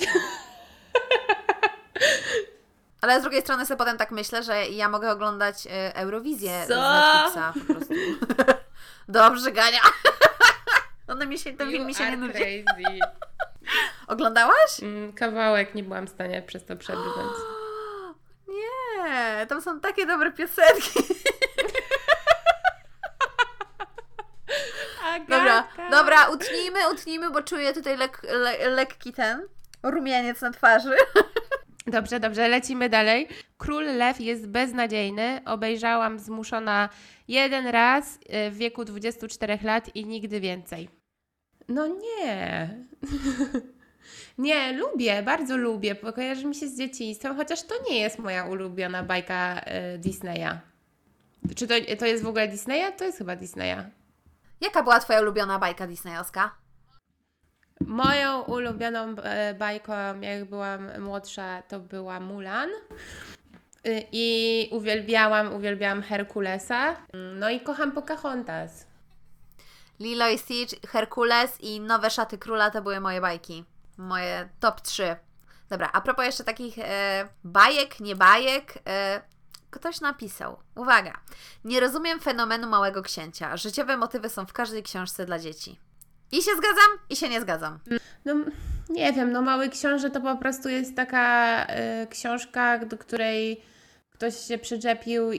[SPEAKER 1] Ale z drugiej strony sobie potem tak myślę, że ja mogę oglądać y, Eurowizję
[SPEAKER 2] Co?
[SPEAKER 1] z Netflixa po prostu. Dobrze, Gania. Ona mi się, ten film mi się nie nudzi.
[SPEAKER 2] Crazy.
[SPEAKER 1] Oglądałaś?
[SPEAKER 2] Mm, kawałek, nie byłam w stanie przez to przebrnąć.
[SPEAKER 1] Nie, tam są takie dobre piosenki. Dobra, dobra, utnijmy, utnijmy, bo czuję tutaj lek, le, lekki ten rumieniec na twarzy.
[SPEAKER 2] Dobrze, dobrze, lecimy dalej. Król Lew jest beznadziejny. Obejrzałam zmuszona jeden raz w wieku dwudziestu czterech lat i nigdy więcej. No nie. Nie, lubię, bardzo lubię, bo kojarzy mi się z dzieciństwem, chociaż to nie jest moja ulubiona bajka y, Disneya. Czy to, to jest w ogóle Disneya? To jest chyba Disneya.
[SPEAKER 1] Jaka była Twoja ulubiona bajka disneyowska?
[SPEAKER 2] Moją ulubioną e, bajką, jak byłam młodsza, to była Mulan. Y, I uwielbiałam, uwielbiałam Herkulesa. No i kocham Pocahontas.
[SPEAKER 1] Lilo i Stitch, Herkules i Nowe Szaty Króla to były moje bajki. Moje top trzy. Dobra, a propos jeszcze takich e, bajek, nie bajek, e, ktoś napisał. Uwaga. Nie rozumiem fenomenu Małego Księcia. Życiowe motywy są w każdej książce dla dzieci. I się zgadzam, i się nie zgadzam.
[SPEAKER 2] No nie wiem, no Mały Książę to po prostu jest taka y, książka, do której ktoś się przyczepił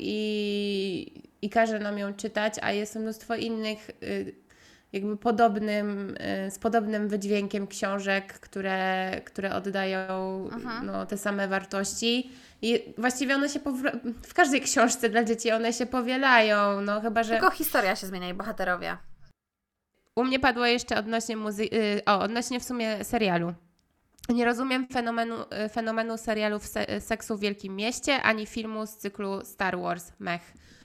[SPEAKER 2] i, i każe nam ją czytać, a jest mnóstwo innych y, jakby podobnym, y, z podobnym wydźwiękiem książek, które, które oddają
[SPEAKER 1] Mhm.
[SPEAKER 2] no, te same wartości. I właściwie one się powr- w każdej książce dla dzieci one się powielają, no chyba, że...
[SPEAKER 1] Tylko historia się zmienia i bohaterowie.
[SPEAKER 2] U mnie padło jeszcze odnośnie muzy- y, o, odnośnie w sumie serialu. Nie rozumiem fenomenu, y, fenomenu serialów se- seksu w Wielkim Mieście, ani filmu z cyklu Star Wars. Mech.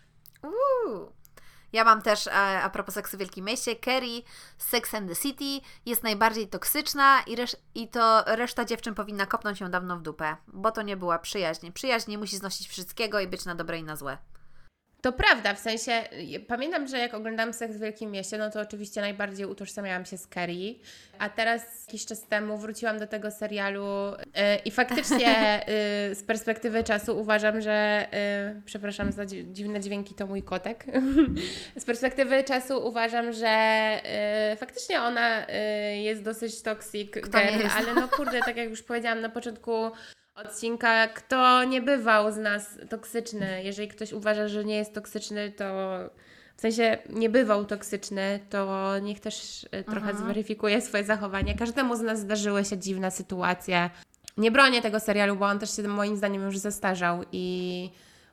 [SPEAKER 1] Uuu. Ja mam też, a, a propos seksu w Wielkim Mieście, Carrie z Sex and the City jest najbardziej toksyczna i, resz- i to reszta dziewczyn powinna kopnąć ją dawno w dupę, bo to nie była przyjaźń. Przyjaźń nie musi znosić wszystkiego i być na dobre i na złe.
[SPEAKER 2] To prawda, w sensie ja pamiętam, że jak oglądałam Seks w Wielkim Mieście, no to oczywiście najbardziej utożsamiałam się z Carrie, a teraz jakiś czas temu wróciłam do tego serialu yy, i faktycznie yy, z perspektywy czasu uważam, że yy, przepraszam za dzi- dziwne dźwięki, to mój kotek. Z perspektywy czasu uważam, że yy, faktycznie ona yy, jest dosyć toxic
[SPEAKER 1] Kto nie
[SPEAKER 2] girl,
[SPEAKER 1] jest?
[SPEAKER 2] ale no kurde, tak jak już powiedziałam na początku odcinka, kto nie bywał z nas toksyczny. Jeżeli ktoś uważa, że nie jest toksyczny, to w sensie nie bywał toksyczny, to niech też y, trochę
[SPEAKER 1] Mhm.
[SPEAKER 2] zweryfikuje swoje zachowanie. Każdemu z nas zdarzyły się dziwne sytuacje. Nie bronię tego serialu, bo on też się moim zdaniem już zestarzał i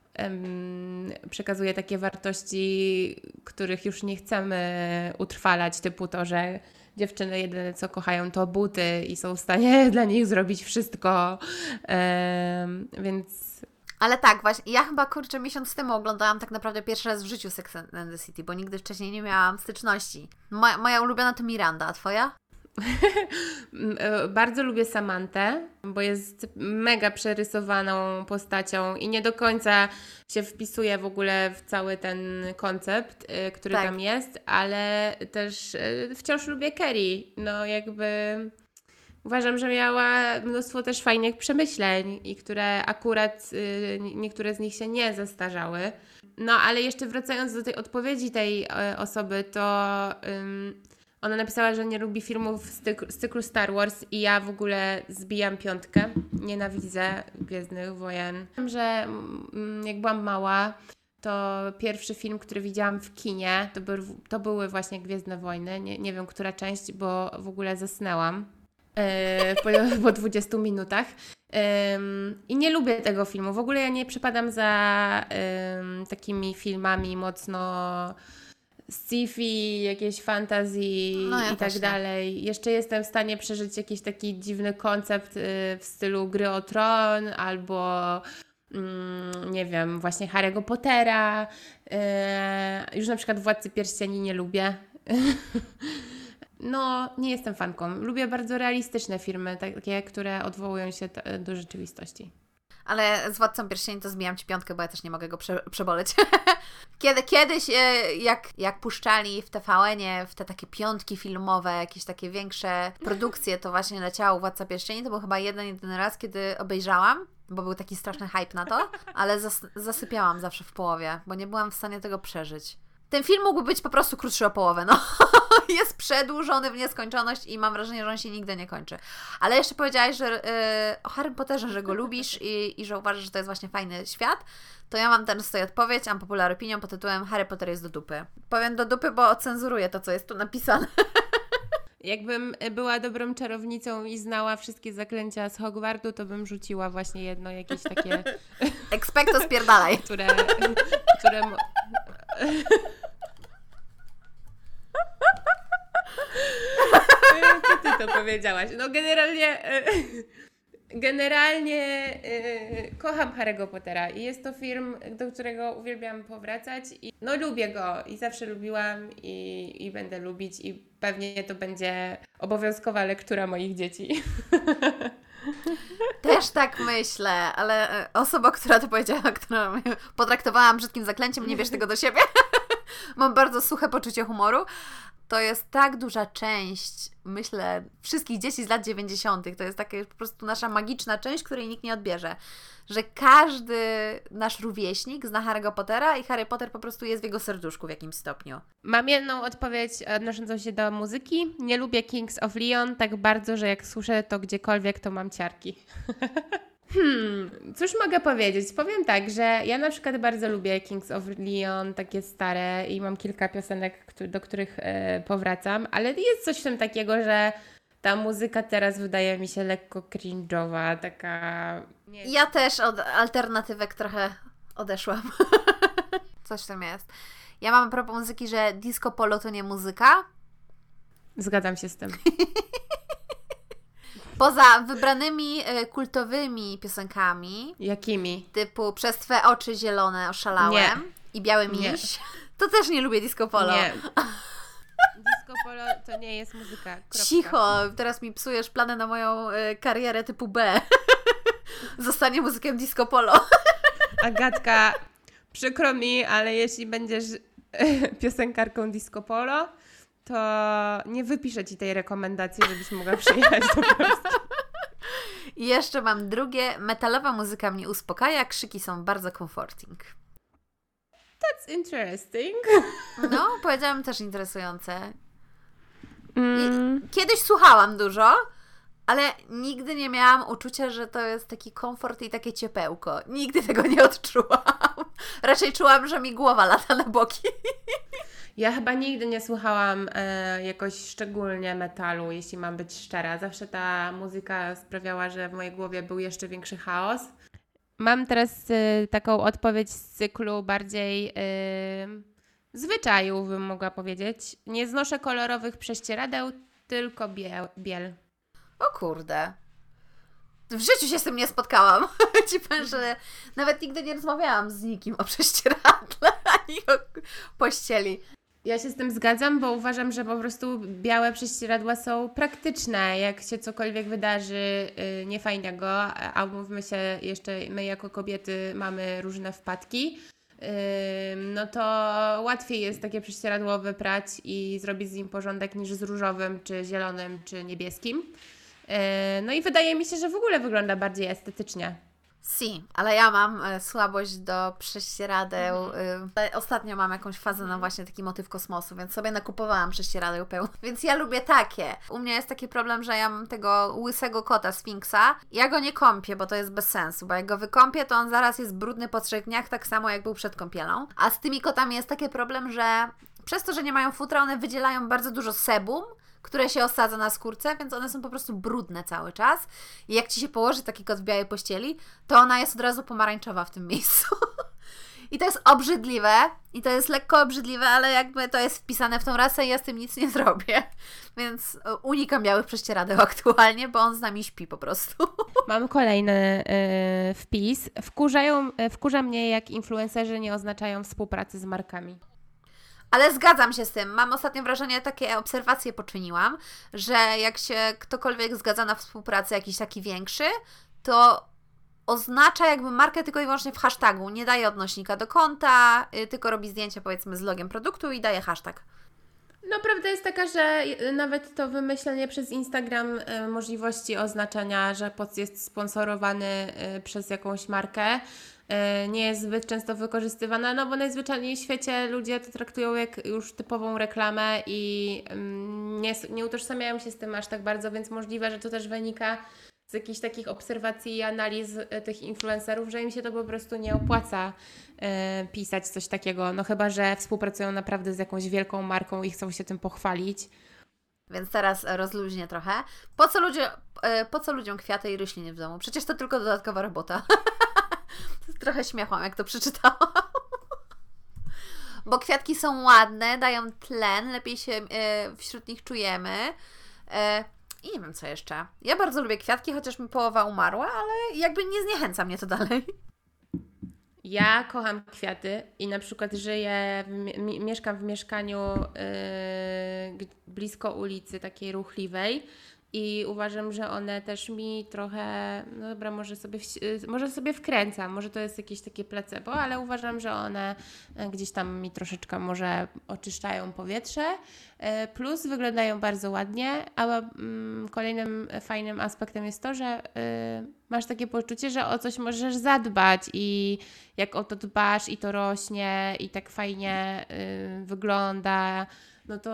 [SPEAKER 2] em, przekazuje takie wartości, których już nie chcemy utrwalać, typu to, że dziewczyny jedyne co kochają to buty i są w stanie dla nich zrobić wszystko, em, więc
[SPEAKER 1] Ale tak, właśnie, ja chyba, kurczę, miesiąc temu oglądałam tak naprawdę pierwszy raz w życiu Sex and the City, bo nigdy wcześniej nie miałam styczności. Moja, moja ulubiona to Miranda, a Twoja?
[SPEAKER 2] m, e, bardzo lubię Samantę, bo jest mega przerysowaną postacią i nie do końca się wpisuje w ogóle w cały ten koncept, e, który
[SPEAKER 1] Tak.
[SPEAKER 2] tam jest, ale też e, wciąż lubię Carrie. No jakby uważam, że miała mnóstwo też fajnych przemyśleń i które akurat y, niektóre z nich się nie zestarzały. No ale jeszcze wracając do tej odpowiedzi tej e, osoby, to ym, ona napisała, że nie lubi filmów z, tyk- z cyklu Star Wars i ja w ogóle zbijam piątkę. Nienawidzę Gwiezdnych Wojen. Wiem, że mm, jak byłam mała, to pierwszy film, który widziałam w kinie, to, był, to były właśnie Gwiezdne Wojny. Nie, nie wiem, która część, bo w ogóle zasnęłam e, po, po dwudziestu minutach. Um, I nie lubię tego filmu. W ogóle ja nie przypadam za um, takimi filmami mocno sci-fi, jakieś fantazji
[SPEAKER 1] No, ja
[SPEAKER 2] i tak
[SPEAKER 1] też nie.
[SPEAKER 2] dalej. Jeszcze jestem w stanie przeżyć jakiś taki dziwny koncept y, w stylu Gry o Tron albo mm, nie wiem, właśnie Harry'ego Pottera. Y, już na przykład Władcy Pierścieni nie lubię. No, nie jestem fanką. Lubię bardzo realistyczne filmy, takie, które odwołują się t- do rzeczywistości.
[SPEAKER 1] Ale z Władcą Pierścieni to zbijam Ci piątkę, bo ja też nie mogę go prze- przeboleć. Kiedy, kiedyś, e, jak, jak puszczali w T V N-ie, w te takie piątki filmowe, jakieś takie większe produkcje, to właśnie leciało Władca Pierścieni. To był chyba jeden, jeden raz, kiedy obejrzałam, bo był taki straszny hype na to, ale zas- zasypiałam zawsze w połowie, bo nie byłam w stanie tego przeżyć. Ten film mógłby być po prostu krótszy o połowę, no. Jest przedłużony w nieskończoność i mam wrażenie, że on się nigdy nie kończy. Ale jeszcze powiedziałaś, że yy, o Harrym Potterze, że go lubisz i, i że uważasz, że to jest właśnie fajny świat, to ja mam teraz tutaj odpowiedź, mam popular opinion pod tytułem Harry Potter jest do dupy. Powiem do dupy, bo ocenzuruję to, co jest tu napisane.
[SPEAKER 2] Jakbym była dobrą czarownicą i znała wszystkie zaklęcia z Hogwartu, to bym rzuciła właśnie jedno, jakieś takie,
[SPEAKER 1] Expecto spierdalaj.
[SPEAKER 2] które... które mo- Co ty to powiedziałaś? No generalnie... e, Generalnie e, kocham Harry'ego Pottera i jest to film, do którego uwielbiam powracać i no lubię go i zawsze lubiłam i, i będę lubić i pewnie to będzie obowiązkowa lektura moich dzieci.
[SPEAKER 1] Też tak myślę, ale e, osoba, która to powiedziała, która mnie potraktowała brzydkim zaklęciem, nie bierz tego do siebie. Mam bardzo suche poczucie humoru. To jest tak duża część, myślę, wszystkich dzieci z lat dziewięćdziesiątych. To jest taka po prostu nasza magiczna część, której nikt nie odbierze. Że każdy nasz rówieśnik zna Harry'ego Pottera i Harry Potter po prostu jest w jego serduszku w jakimś stopniu.
[SPEAKER 2] Mam jedną odpowiedź odnoszącą się do muzyki. Nie lubię Kings of Leon tak bardzo, że jak słyszę to gdziekolwiek, to mam ciarki. Hmm, cóż mogę powiedzieć? Powiem tak, że ja na przykład bardzo lubię Kings of Leon, takie stare i mam kilka piosenek, któ- do których e, powracam, ale jest coś w tym takiego, że ta muzyka teraz wydaje mi się lekko cringe'owa, taka... Nie,
[SPEAKER 1] Ja też od alternatywek trochę odeszłam. Coś w tym jest. Ja mam a propos muzyki, że disco polo to nie muzyka.
[SPEAKER 2] Zgadzam się z tym.
[SPEAKER 1] Poza wybranymi e, kultowymi piosenkami,
[SPEAKER 2] Jakimi?
[SPEAKER 1] typu Przez Twe oczy zielone oszalałem
[SPEAKER 2] Nie.
[SPEAKER 1] i Biały
[SPEAKER 2] Nie.
[SPEAKER 1] miś, to też nie lubię disco polo.
[SPEAKER 2] Nie. Disco polo to nie jest muzyka. Kropka.
[SPEAKER 1] Cicho, teraz mi psujesz plany na moją e, karierę typu B. Zostanie muzykiem disco polo.
[SPEAKER 2] Agatka, przykro mi, ale jeśli będziesz piosenkarką disco polo, to nie wypiszę Ci tej rekomendacji, żebyś mogła przyjechać do Polski.
[SPEAKER 1] I jeszcze mam drugie. Metalowa muzyka mnie uspokaja, krzyki są bardzo comforting.
[SPEAKER 2] That's interesting.
[SPEAKER 1] No, powiedziałam też interesujące.
[SPEAKER 2] Mm.
[SPEAKER 1] Kiedyś słuchałam dużo, ale nigdy nie miałam uczucia, że to jest taki komfort i takie ciepełko. Nigdy tego nie odczułam. Raczej czułam, że mi głowa lata na boki.
[SPEAKER 2] Ja chyba nigdy nie słuchałam e, jakoś szczególnie metalu, jeśli mam być szczera. Zawsze ta muzyka sprawiała, że w mojej głowie był jeszcze większy chaos. Mam teraz e, taką odpowiedź z cyklu bardziej e, zwyczajów, bym mogła powiedzieć. Nie znoszę kolorowych prześcieradeł, tylko biel. biel.
[SPEAKER 1] O kurde. W życiu się z tym nie spotkałam. Ci powiem, że nawet nigdy nie rozmawiałam z nikim o prześcieradle ani o pościeli.
[SPEAKER 2] Ja się z tym zgadzam, bo uważam, że po prostu białe prześcieradła są praktyczne. Jak się cokolwiek wydarzy yy, niefajnego, a a umówmy się, jeszcze my jako kobiety mamy różne wpadki, yy, no to łatwiej jest takie prześcieradło wyprać i zrobić z nim porządek niż z różowym, czy zielonym, czy niebieskim. Yy, no i wydaje mi się, że w ogóle wygląda bardziej estetycznie.
[SPEAKER 1] Si, ale ja mam e, słabość do prześcieradeł.
[SPEAKER 2] Mhm.
[SPEAKER 1] E, ostatnio mam jakąś fazę na właśnie taki motyw kosmosu, więc sobie nakupowałam prześcieradeł pełno. Więc ja lubię takie. U mnie jest taki problem, że ja mam tego łysego kota Sfinksa. Ja go nie kąpię, bo to jest bez sensu, bo jak go wykąpię, to on zaraz jest brudny po trzech dniach, tak samo jak był przed kąpielą. A z tymi kotami jest taki problem, że przez to, że nie mają futra, one wydzielają bardzo dużo sebum, które się osadza na skórce, więc one są po prostu brudne cały czas. I jak Ci się położy taki kot w białej pościeli, to ona jest od razu pomarańczowa w tym miejscu. I to jest obrzydliwe, i to jest lekko obrzydliwe, ale jakby to jest wpisane w tą rasę i ja z tym nic nie zrobię. Więc unikam białych prześcieradeł aktualnie, bo on z nami śpi po prostu.
[SPEAKER 2] Mam kolejny y, wpis. Wkurzają, wkurza mnie, jak influencerzy nie oznaczają współpracy z markami.
[SPEAKER 1] Ale zgadzam się z tym. Mam ostatnio wrażenie, takie obserwacje poczyniłam, że jak się ktokolwiek zgadza na współpracę, jakiś taki większy, to oznacza jakby markę tylko i wyłącznie w hashtagu. Nie daje odnośnika do konta, y, tylko robi zdjęcie powiedzmy z logiem produktu i daje hashtag.
[SPEAKER 2] No, prawda jest taka, że nawet to wymyślenie przez Instagram y, możliwości oznaczenia, że post jest sponsorowany y, przez jakąś markę, y, nie jest zbyt często wykorzystywana, no bo najzwyczajniej w świecie ludzie to traktują jak już typową reklamę i ym, nie, nie utożsamiają się z tym aż tak bardzo, więc możliwe, że to też wynika z jakichś takich obserwacji i analiz y, tych influencerów, że im się to po prostu nie opłaca y, pisać coś takiego, no chyba że współpracują naprawdę z jakąś wielką marką i chcą się tym pochwalić.
[SPEAKER 1] Więc teraz rozluźnię trochę. Po co, ludzie, y, po co ludziom kwiaty i rośliny w domu? Przecież to tylko dodatkowa robota. Trochę śmiechłam, jak to przeczytałam. Bo kwiatki są ładne, dają tlen, lepiej się y, wśród nich czujemy. Y, I nie wiem co jeszcze. Ja bardzo lubię kwiatki, chociaż mi połowa umarła, ale jakby nie zniechęca mnie to dalej.
[SPEAKER 2] Ja kocham kwiaty i na przykład żyję, w, mi, mieszkam w mieszkaniu yy, blisko ulicy takiej ruchliwej i uważam, że one też mi trochę, no dobra, może sobie, w, może sobie wkręcam, może to jest jakieś takie placebo, ale uważam, że one gdzieś tam mi troszeczkę może oczyszczają powietrze, yy, plus wyglądają bardzo ładnie, a yy, kolejnym fajnym aspektem jest to, że yy, masz takie poczucie, że o coś możesz zadbać i jak o to dbasz i to rośnie i tak fajnie yy, wygląda, no to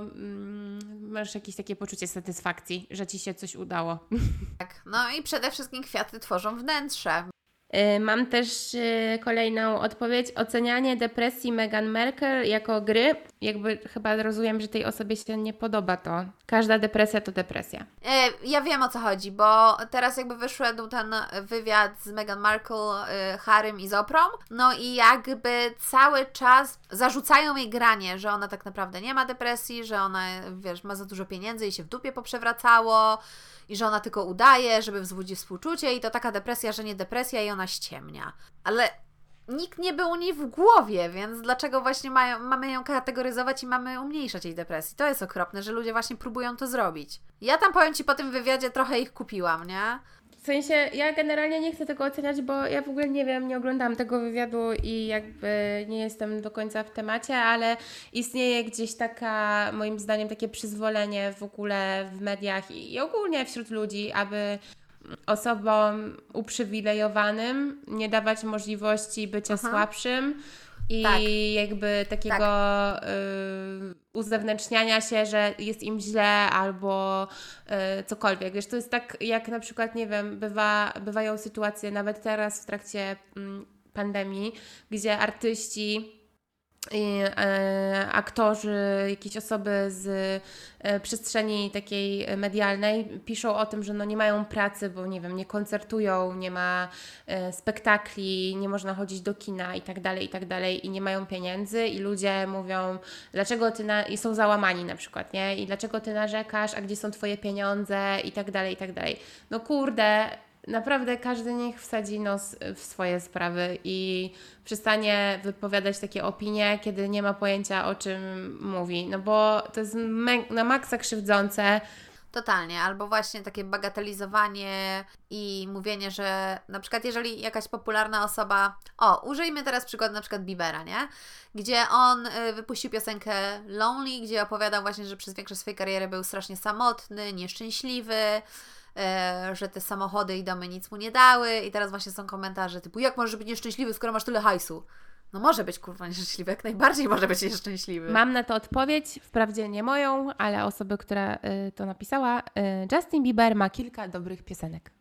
[SPEAKER 2] yy, masz jakieś takie poczucie satysfakcji, że Ci się coś udało.
[SPEAKER 1] Tak. No i przede wszystkim kwiaty tworzą wnętrze.
[SPEAKER 2] Yy, mam też yy, kolejną odpowiedź. Ocenianie depresji Meghan Markle jako gry. Jakby chyba rozumiem, że tej osobie się nie podoba to. Każda depresja to depresja.
[SPEAKER 1] E, ja wiem o co chodzi, bo teraz jakby wyszedł ten wywiad z Meghan Markle, e, Harrym i z Oprą, no i jakby cały czas zarzucają jej granie, że ona tak naprawdę nie ma depresji, że ona, wiesz, ma za dużo pieniędzy i się w dupie poprzewracało i że ona tylko udaje, żeby wzbudzić współczucie i to taka depresja, że nie depresja i ona ściemnia. Ale nikt nie był u niej w głowie, więc dlaczego właśnie mają, mamy ją kategoryzować i mamy umniejszać jej depresji? To jest okropne, że ludzie właśnie próbują to zrobić. Ja tam, powiem Ci, po tym wywiadzie trochę ich kupiłam, nie?
[SPEAKER 2] W sensie, ja generalnie nie chcę tego oceniać, bo ja w ogóle nie wiem, nie oglądałam tego wywiadu i jakby nie jestem do końca w temacie, ale istnieje gdzieś taka, moim zdaniem, takie przyzwolenie w ogóle w mediach i, i ogólnie wśród ludzi, aby osobom uprzywilejowanym nie dawać możliwości bycia
[SPEAKER 1] Aha.
[SPEAKER 2] słabszym i
[SPEAKER 1] Tak.
[SPEAKER 2] jakby takiego y, uzewnętrzniania się, że jest im źle albo y, cokolwiek. Wiesz, to jest tak jak na przykład, nie wiem, bywa, bywają sytuacje nawet teraz w trakcie mm, pandemii, gdzie artyści i e, aktorzy, jakieś osoby z e, przestrzeni takiej medialnej piszą o tym, że no nie mają pracy, bo nie wiem, nie koncertują, nie ma e, spektakli, nie można chodzić do kina i tak dalej, i tak dalej i nie mają pieniędzy i ludzie mówią, dlaczego ty na... i są załamani na przykład, nie? I dlaczego ty narzekasz, a gdzie są twoje pieniądze i tak dalej, i tak dalej. No kurde, naprawdę każdy niech wsadzi nos w swoje sprawy i przestanie wypowiadać takie opinie, kiedy nie ma pojęcia, o czym mówi. No bo to jest me- na maksa krzywdzące.
[SPEAKER 1] Totalnie, albo właśnie takie bagatelizowanie i mówienie, że na przykład jeżeli jakaś popularna osoba, o, użyjmy teraz przykład na przykład Biebera, nie? Gdzie on y, wypuścił piosenkę Lonely, gdzie opowiadał właśnie, że przez większość swojej kariery był strasznie samotny, nieszczęśliwy, e, że te samochody i domy nic mu nie dały i teraz właśnie są komentarze typu, jak możesz być nieszczęśliwy, skoro masz tyle hajsu? No może być kurwa nieszczęśliwy, jak najbardziej może być nieszczęśliwy.
[SPEAKER 2] Mam na to odpowiedź, wprawdzie nie moją, ale osoby, która y, to napisała. Y, Justin Bieber ma kilka dobrych piosenek.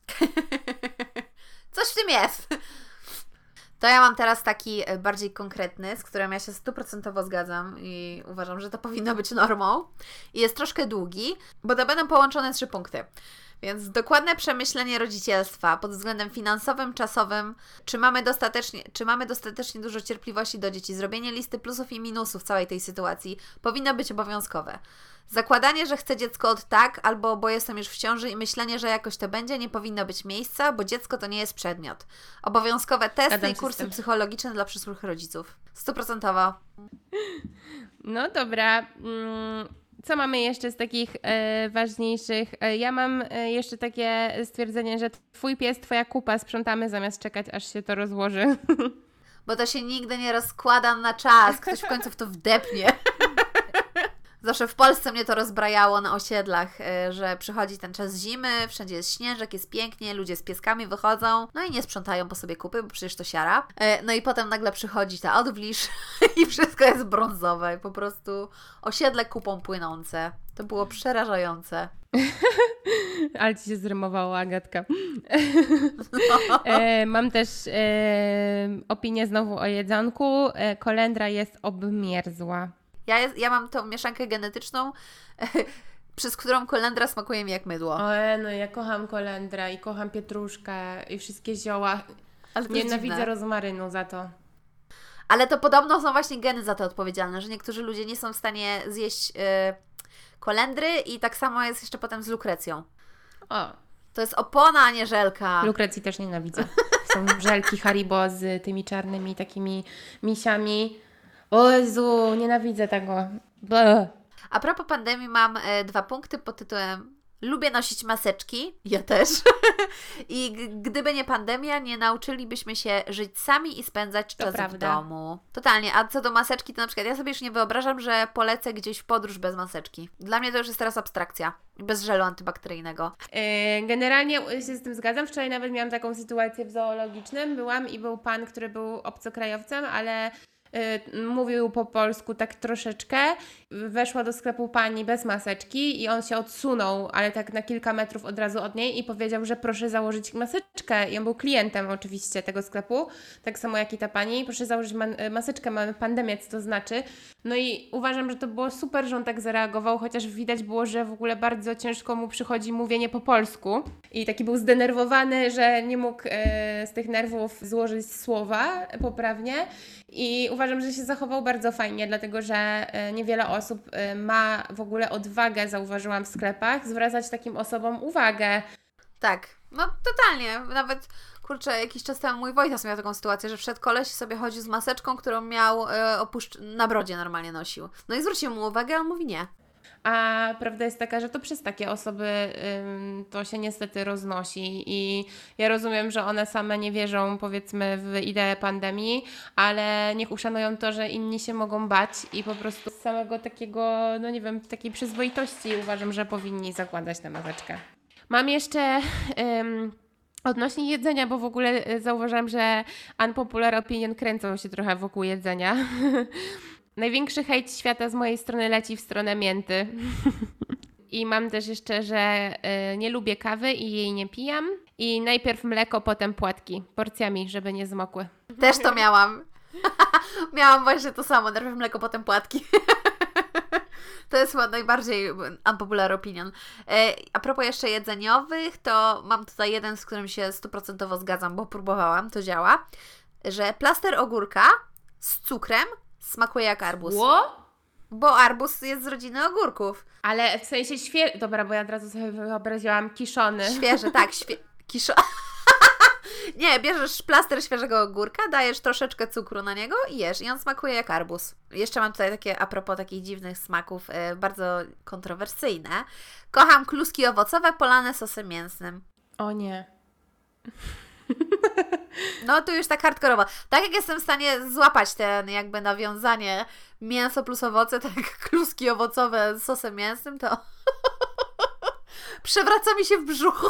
[SPEAKER 1] Coś w tym jest. To ja mam teraz taki bardziej konkretny, z którym ja się stuprocentowo zgadzam i uważam, że to powinno być normą. I jest troszkę długi, bo to będą połączone trzy punkty. Więc dokładne przemyślenie rodzicielstwa pod względem finansowym, czasowym, czy mamy dostatecznie, czy mamy dostatecznie dużo cierpliwości do dzieci, zrobienie listy plusów i minusów całej tej sytuacji powinno być obowiązkowe. Zakładanie, że chcę dziecko od tak, albo bo jestem już w ciąży i myślenie, że jakoś to będzie, nie powinno być miejsca, bo dziecko to nie jest przedmiot. Obowiązkowe testy
[SPEAKER 2] Zgadzam
[SPEAKER 1] i
[SPEAKER 2] się
[SPEAKER 1] kursy
[SPEAKER 2] z tym.
[SPEAKER 1] psychologiczne dla przyszłych rodziców. Stuprocentowo.
[SPEAKER 2] No dobra. Mm, co mamy jeszcze z takich e, ważniejszych? E, ja mam e, jeszcze takie stwierdzenie, że twój pies, twoja kupa, sprzątamy zamiast czekać, aż się to rozłoży.
[SPEAKER 1] Bo to się nigdy nie rozkłada na czas. Ktoś w końcu w to wdepnie. Zawsze w Polsce mnie to rozbrajało na osiedlach, y, że przychodzi ten czas zimy, wszędzie jest śnieżek, jest pięknie, ludzie z pieskami wychodzą, no i nie sprzątają po sobie kupy, bo przecież to siara. Y, No i potem nagle przychodzi ta odwilż i wszystko jest brązowe. I po prostu osiedle kupą płynące. To było przerażające.
[SPEAKER 2] Ale ci się zrymowała, Agatka. e, mam też e, opinię znowu o jedzonku. E, kolendra jest obmierzła.
[SPEAKER 1] Ja, jest, ja mam tą mieszankę genetyczną, przez którą kolendra smakuje mi jak mydło.
[SPEAKER 2] O, no ja kocham kolendrę i kocham pietruszkę i wszystkie zioła.
[SPEAKER 1] Ale to jest
[SPEAKER 2] Nienawidzę
[SPEAKER 1] dziwne.
[SPEAKER 2] rozmarynu za to.
[SPEAKER 1] Ale to podobno są właśnie geny za to odpowiedzialne, że niektórzy ludzie nie są w stanie zjeść yy, kolendry i tak samo jest jeszcze potem z lukrecją.
[SPEAKER 2] O,
[SPEAKER 1] To jest opona, a nie żelka.
[SPEAKER 2] lukrecji też nienawidzę. Są żelki Haribo z tymi czarnymi takimi misiami. O Jezu, nienawidzę tego. Bleh.
[SPEAKER 1] A propos pandemii mam e, dwa punkty pod tytułem lubię nosić maseczki, ja też. I g- gdyby nie pandemia, nie nauczylibyśmy się żyć sami i spędzać
[SPEAKER 2] To
[SPEAKER 1] czas w
[SPEAKER 2] prawda.
[SPEAKER 1] domu. Totalnie. A co do maseczki, to na przykład ja sobie już nie wyobrażam, że polecę gdzieś w podróż bez maseczki. Dla mnie to już jest teraz abstrakcja. I bez żelu antybakteryjnego.
[SPEAKER 2] E, Generalnie się z tym zgadzam. Wczoraj nawet miałam taką sytuację w zoologicznym. Byłam i był pan, który był obcokrajowcem, ale y, mówił po polsku tak troszeczkę. Weszła do sklepu pani bez maseczki i on się odsunął, ale tak na kilka metrów od razu od niej i powiedział, że proszę założyć maseczkę. I on był klientem oczywiście tego sklepu, tak samo jak i ta pani. Proszę założyć man- maseczkę, mamy pandemię, co to znaczy. No i uważam, że to było super, że on tak zareagował, chociaż widać było, że w ogóle bardzo ciężko mu przychodzi mówienie po polsku. I taki był zdenerwowany, że nie mógł e, z tych nerwów złożyć słowa poprawnie. I uważam, że się zachował bardzo fajnie, dlatego że e, niewiele osób e, ma w ogóle odwagę, zauważyłam w sklepach, zwracać takim osobom uwagę.
[SPEAKER 1] Tak, no totalnie. Nawet, kurczę, jakiś czas temu mój Wojtas miał taką sytuację, że wszedł koleś sobie chodził z maseczką, którą miał e, opuszcz- na brodzie normalnie nosił. No i zwrócił mu uwagę, a on mówi nie.
[SPEAKER 2] A prawda jest taka, że to przez takie osoby ym, to się niestety roznosi i ja rozumiem, że one same nie wierzą, powiedzmy, w ideę pandemii, ale niech uszanują to, że inni się mogą bać i po prostu z samego takiego, no nie wiem, takiej przyzwoitości uważam, że powinni zakładać tę maseczkę. Mam jeszcze ym, odnośnie jedzenia, bo w ogóle y, zauważyłam, że unpopular opinion kręcą się trochę wokół jedzenia. Największy hejt świata z mojej strony leci w stronę mięty. I mam też jeszcze, że y, nie lubię kawy i jej nie pijam. I najpierw mleko, potem płatki. Porcjami, żeby nie zmokły.
[SPEAKER 1] Też to miałam. Miałam właśnie to samo, najpierw mleko, potem płatki. To jest chyba najbardziej unpopular opinion. E, a propos jeszcze jedzeniowych, to mam tutaj jeden, z którym się stuprocentowo zgadzam, bo próbowałam, to działa, że plaster ogórka z cukrem smakuje jak arbuz.
[SPEAKER 2] Ło?
[SPEAKER 1] Bo arbuz jest z rodziny ogórków.
[SPEAKER 2] Ale w sensie świeży. Dobra, bo ja od razu sobie wyobraziłam kiszony.
[SPEAKER 1] Świeży, tak, świe... kiszo... Nie, bierzesz plaster świeżego ogórka, dajesz troszeczkę cukru na niego i jesz. I on smakuje jak arbuz. Jeszcze mam tutaj takie, a propos takich dziwnych smaków, e, bardzo kontrowersyjne. Kocham kluski owocowe polane sosem mięsnym.
[SPEAKER 2] O nie.
[SPEAKER 1] No tu już tak hardkorowo. Tak jak jestem w stanie złapać ten jakby nawiązanie mięso plus owoce, tak kluski owocowe z sosem mięsnym, to Przewraca mi się w brzuchu.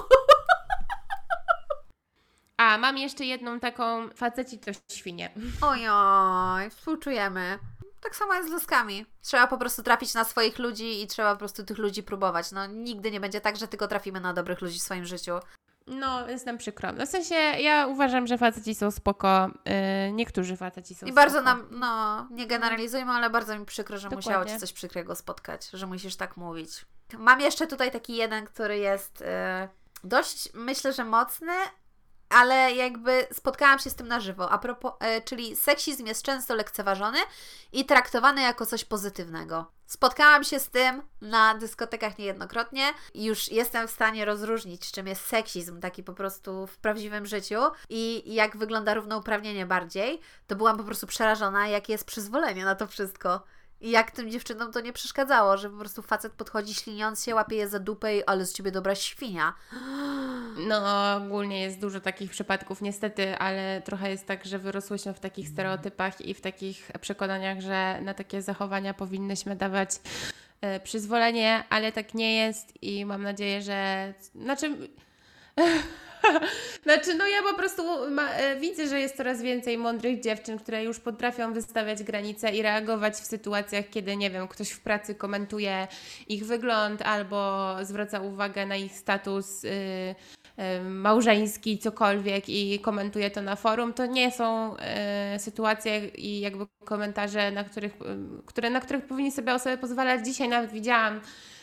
[SPEAKER 2] A, mam jeszcze jedną taką, faceci to świnie.
[SPEAKER 1] Ojoj, współczujemy. Tak samo jest z laskami. Trzeba po prostu trafić na swoich ludzi i trzeba po prostu tych ludzi próbować. No nigdy nie będzie tak, że tylko trafimy na dobrych ludzi w swoim życiu.
[SPEAKER 2] No, jest nam przykro. No, w sensie, ja uważam, że faceci są spoko. Yy, niektórzy faceci są
[SPEAKER 1] I
[SPEAKER 2] spoko.
[SPEAKER 1] bardzo nam, no, nie generalizujmy, ale bardzo mi przykro, że
[SPEAKER 2] Dokładnie.
[SPEAKER 1] musiało Cię coś przykrego spotkać, że musisz tak mówić. Mam jeszcze tutaj taki jeden, który jest e, dość, myślę, że mocny, ale jakby spotkałam się z tym na żywo. A propos, e, czyli seksizm jest często lekceważony i traktowany jako coś pozytywnego. Spotkałam się z tym na dyskotekach niejednokrotnie i już jestem w stanie rozróżnić, czym jest seksizm, taki po prostu w prawdziwym życiu i jak wygląda równouprawnienie bardziej. To byłam po prostu przerażona, jakie jest przyzwolenie na to wszystko. I jak tym dziewczynom to nie przeszkadzało, że po prostu facet podchodzi śliniąc się, łapie je za dupę i ale z ciebie dobra świnia.
[SPEAKER 2] No, ogólnie jest dużo takich przypadków, niestety, ale trochę jest tak, że wyrosłyśmy w takich stereotypach i w takich przekonaniach, że na takie zachowania powinnyśmy dawać e, przyzwolenie, ale tak nie jest i mam nadzieję, że... Znaczy... Znaczy, no ja po prostu ma, e, widzę, że jest coraz więcej mądrych dziewczyn, które już potrafią wystawiać granice i reagować w sytuacjach, kiedy, nie wiem, ktoś w pracy komentuje ich wygląd albo zwraca uwagę na ich status y, y, małżeński, cokolwiek i komentuje to na forum. To nie są y, sytuacje i jakby komentarze, na których, y, które, na których powinni sobie osoby pozwalać. Dzisiaj nawet widziałam y,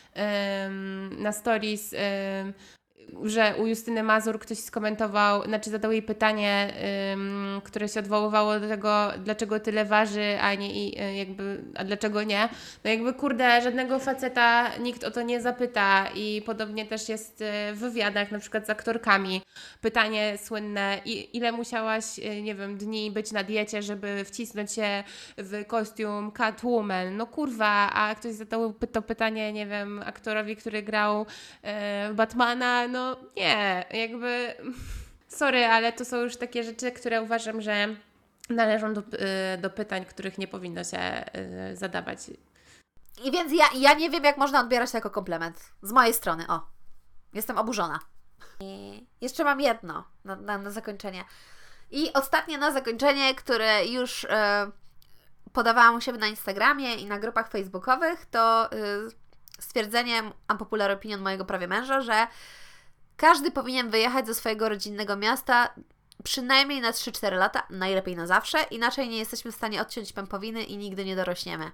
[SPEAKER 2] na stories... Y, że u Justyny Mazur ktoś skomentował, znaczy zadał jej pytanie, ym, które się odwoływało do tego, dlaczego tyle waży, a nie i y, jakby, a dlaczego nie. No jakby kurde, żadnego faceta nikt o to nie zapyta i podobnie też jest y, w wywiadach, na przykład z aktorkami. Pytanie słynne, i, ile musiałaś, y, nie wiem, dni być na diecie, żeby wcisnąć się w kostium Catwoman. No kurwa, a ktoś zadał to pytanie, nie wiem, aktorowi, który grał y, Batmana, no nie, jakby sorry, ale to są już takie rzeczy, które uważam, że należą do, y, do pytań, których nie powinno się y, zadawać.
[SPEAKER 1] I więc ja, ja nie wiem, jak można odbierać to jako komplement. Z mojej strony, o. Jestem oburzona. I jeszcze mam jedno na, na, na zakończenie. I ostatnie na zakończenie, które już e, podawałam u siebie na Instagramie i na grupach facebookowych, to e, stwierdzenie unpopular opinion mojego prawie męża, że każdy powinien wyjechać ze swojego rodzinnego miasta przynajmniej na trzy cztery lata, najlepiej na zawsze, inaczej nie jesteśmy w stanie odciąć pępowiny i nigdy nie dorośniemy.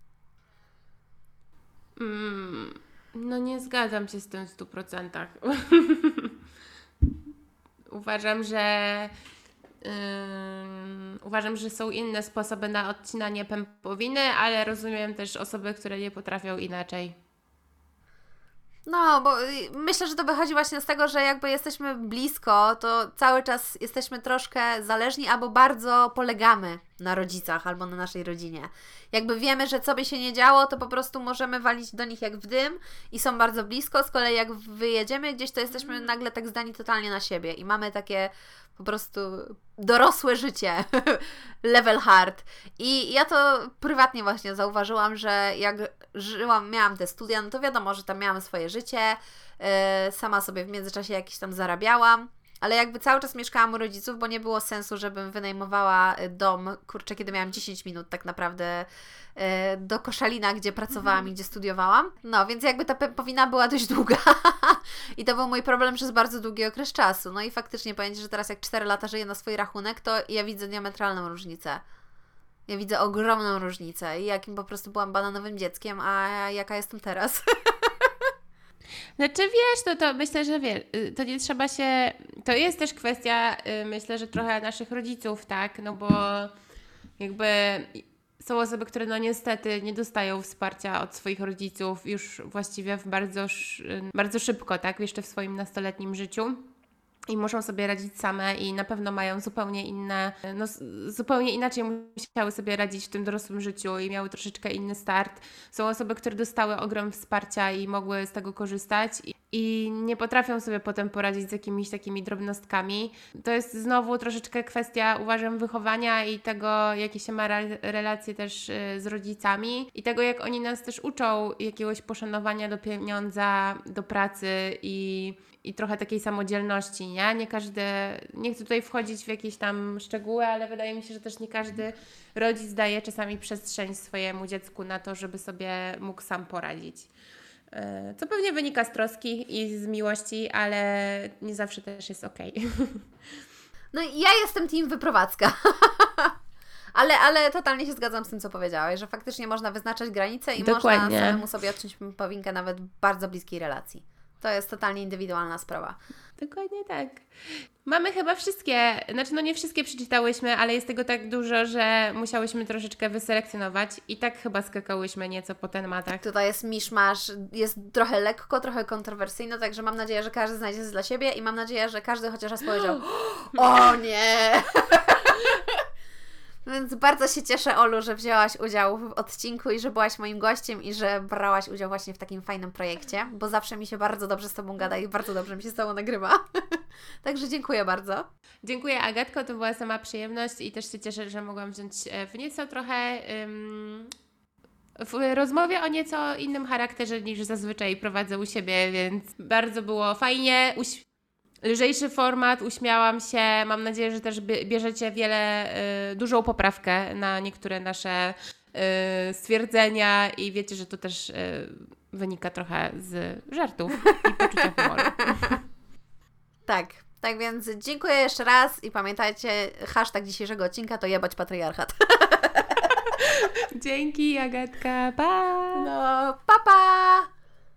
[SPEAKER 2] Mm, no nie zgadzam się z tym w stu procentach. Uważam, że yy, uważam, że są inne sposoby na odcinanie pępowiny, ale rozumiem też osoby, które nie potrafią inaczej.
[SPEAKER 1] No, bo myślę, że to wychodzi właśnie z tego, że jakby jesteśmy blisko, to cały czas jesteśmy troszkę zależni albo bardzo polegamy na rodzicach albo na naszej rodzinie. Jakby wiemy, że co by się nie działo, to po prostu możemy walić do nich jak w dym i są bardzo blisko, z kolei jak wyjedziemy gdzieś, to jesteśmy nagle tak zdani totalnie na siebie i mamy takie po prostu dorosłe życie, level hard. I ja to prywatnie właśnie zauważyłam, że jak żyłam, miałam te studia, no to wiadomo, że tam miałam swoje życie, yy, sama sobie w międzyczasie jakieś tam zarabiałam, ale jakby cały czas mieszkałam u rodziców, bo nie było sensu, żebym wynajmowała dom, kurczę, kiedy miałam dziesięć minut tak naprawdę yy, do Koszalina, gdzie pracowałam mm. i gdzie studiowałam. No, więc jakby ta pępowina była dość długa i to był mój problem przez bardzo długi okres czasu. No i faktycznie powiem Ci, że teraz jak cztery lata żyję na swój rachunek, to ja widzę diametralną różnicę. Ja widzę ogromną różnicę i jakim po prostu byłam bananowym dzieckiem, a jaka jestem teraz.
[SPEAKER 2] Znaczy wiesz, to, to myślę, że wiesz, to nie trzeba się, to jest też kwestia, myślę, że trochę naszych rodziców, tak, no bo jakby są osoby, które no niestety nie dostają wsparcia od swoich rodziców już właściwie w bardzo, bardzo szybko, tak, jeszcze w swoim nastoletnim życiu. i muszą sobie radzić same i na pewno mają zupełnie inne, no zupełnie inaczej musiały sobie radzić w tym dorosłym życiu i miały troszeczkę inny start. Są osoby, które dostały ogrom wsparcia i mogły z tego korzystać i, i nie potrafią sobie potem poradzić z jakimiś takimi drobnostkami. To jest znowu troszeczkę kwestia, uważam, wychowania i tego, jakie się ma re- relacje też y, z rodzicami i tego, jak oni nas też uczą jakiegoś poszanowania do pieniądza, do pracy i i trochę takiej samodzielności, nie? Nie każdy, nie chcę tutaj wchodzić w jakieś tam szczegóły, ale wydaje mi się, że też nie każdy rodzic daje czasami przestrzeń swojemu dziecku na to, żeby sobie mógł sam poradzić. Co pewnie wynika z troski i z miłości, ale nie zawsze też jest okej.
[SPEAKER 1] No i ja jestem team wyprowadzka. Ale, ale totalnie się zgadzam z tym, co powiedziałeś, że faktycznie można wyznaczać granice i
[SPEAKER 2] Dokładnie.
[SPEAKER 1] można samemu sobie odciąć powinkę nawet w bardzo bliskiej relacji. To jest totalnie indywidualna sprawa.
[SPEAKER 2] Dokładnie tak. Mamy chyba wszystkie, znaczy no nie wszystkie przeczytałyśmy, ale jest tego tak dużo, że musiałyśmy troszeczkę wyselekcjonować i tak chyba skakałyśmy nieco po tematach.
[SPEAKER 1] Tutaj jest miszmasz, jest trochę lekko, trochę kontrowersyjno, także mam nadzieję, że każdy znajdzie coś dla siebie i mam nadzieję, że każdy chociaż raz powiedział o nie! Więc bardzo się cieszę, Olu, że wzięłaś udział w odcinku i że byłaś moim gościem i że brałaś udział właśnie w takim fajnym projekcie, bo zawsze mi się bardzo dobrze z Tobą gada i bardzo dobrze mi się z Tobą nagrywa. Także dziękuję bardzo.
[SPEAKER 2] Dziękuję, Agatko, to była sama przyjemność i też się cieszę, że mogłam wziąć w nieco trochę... Um, w rozmowie o nieco innym charakterze niż zazwyczaj prowadzę u siebie, więc bardzo było fajnie. Uś- Lżejszy format, uśmiałam się. Mam nadzieję, że też bierzecie wiele, y, dużą poprawkę na niektóre nasze y, stwierdzenia i wiecie, że to też y, wynika trochę z żartów i poczucia humoru.
[SPEAKER 1] Tak, tak więc dziękuję jeszcze raz i pamiętajcie, hashtag dzisiejszego odcinka to jebać patriarchat.
[SPEAKER 2] Dzięki, Agatka. Pa!
[SPEAKER 1] No, pa pa!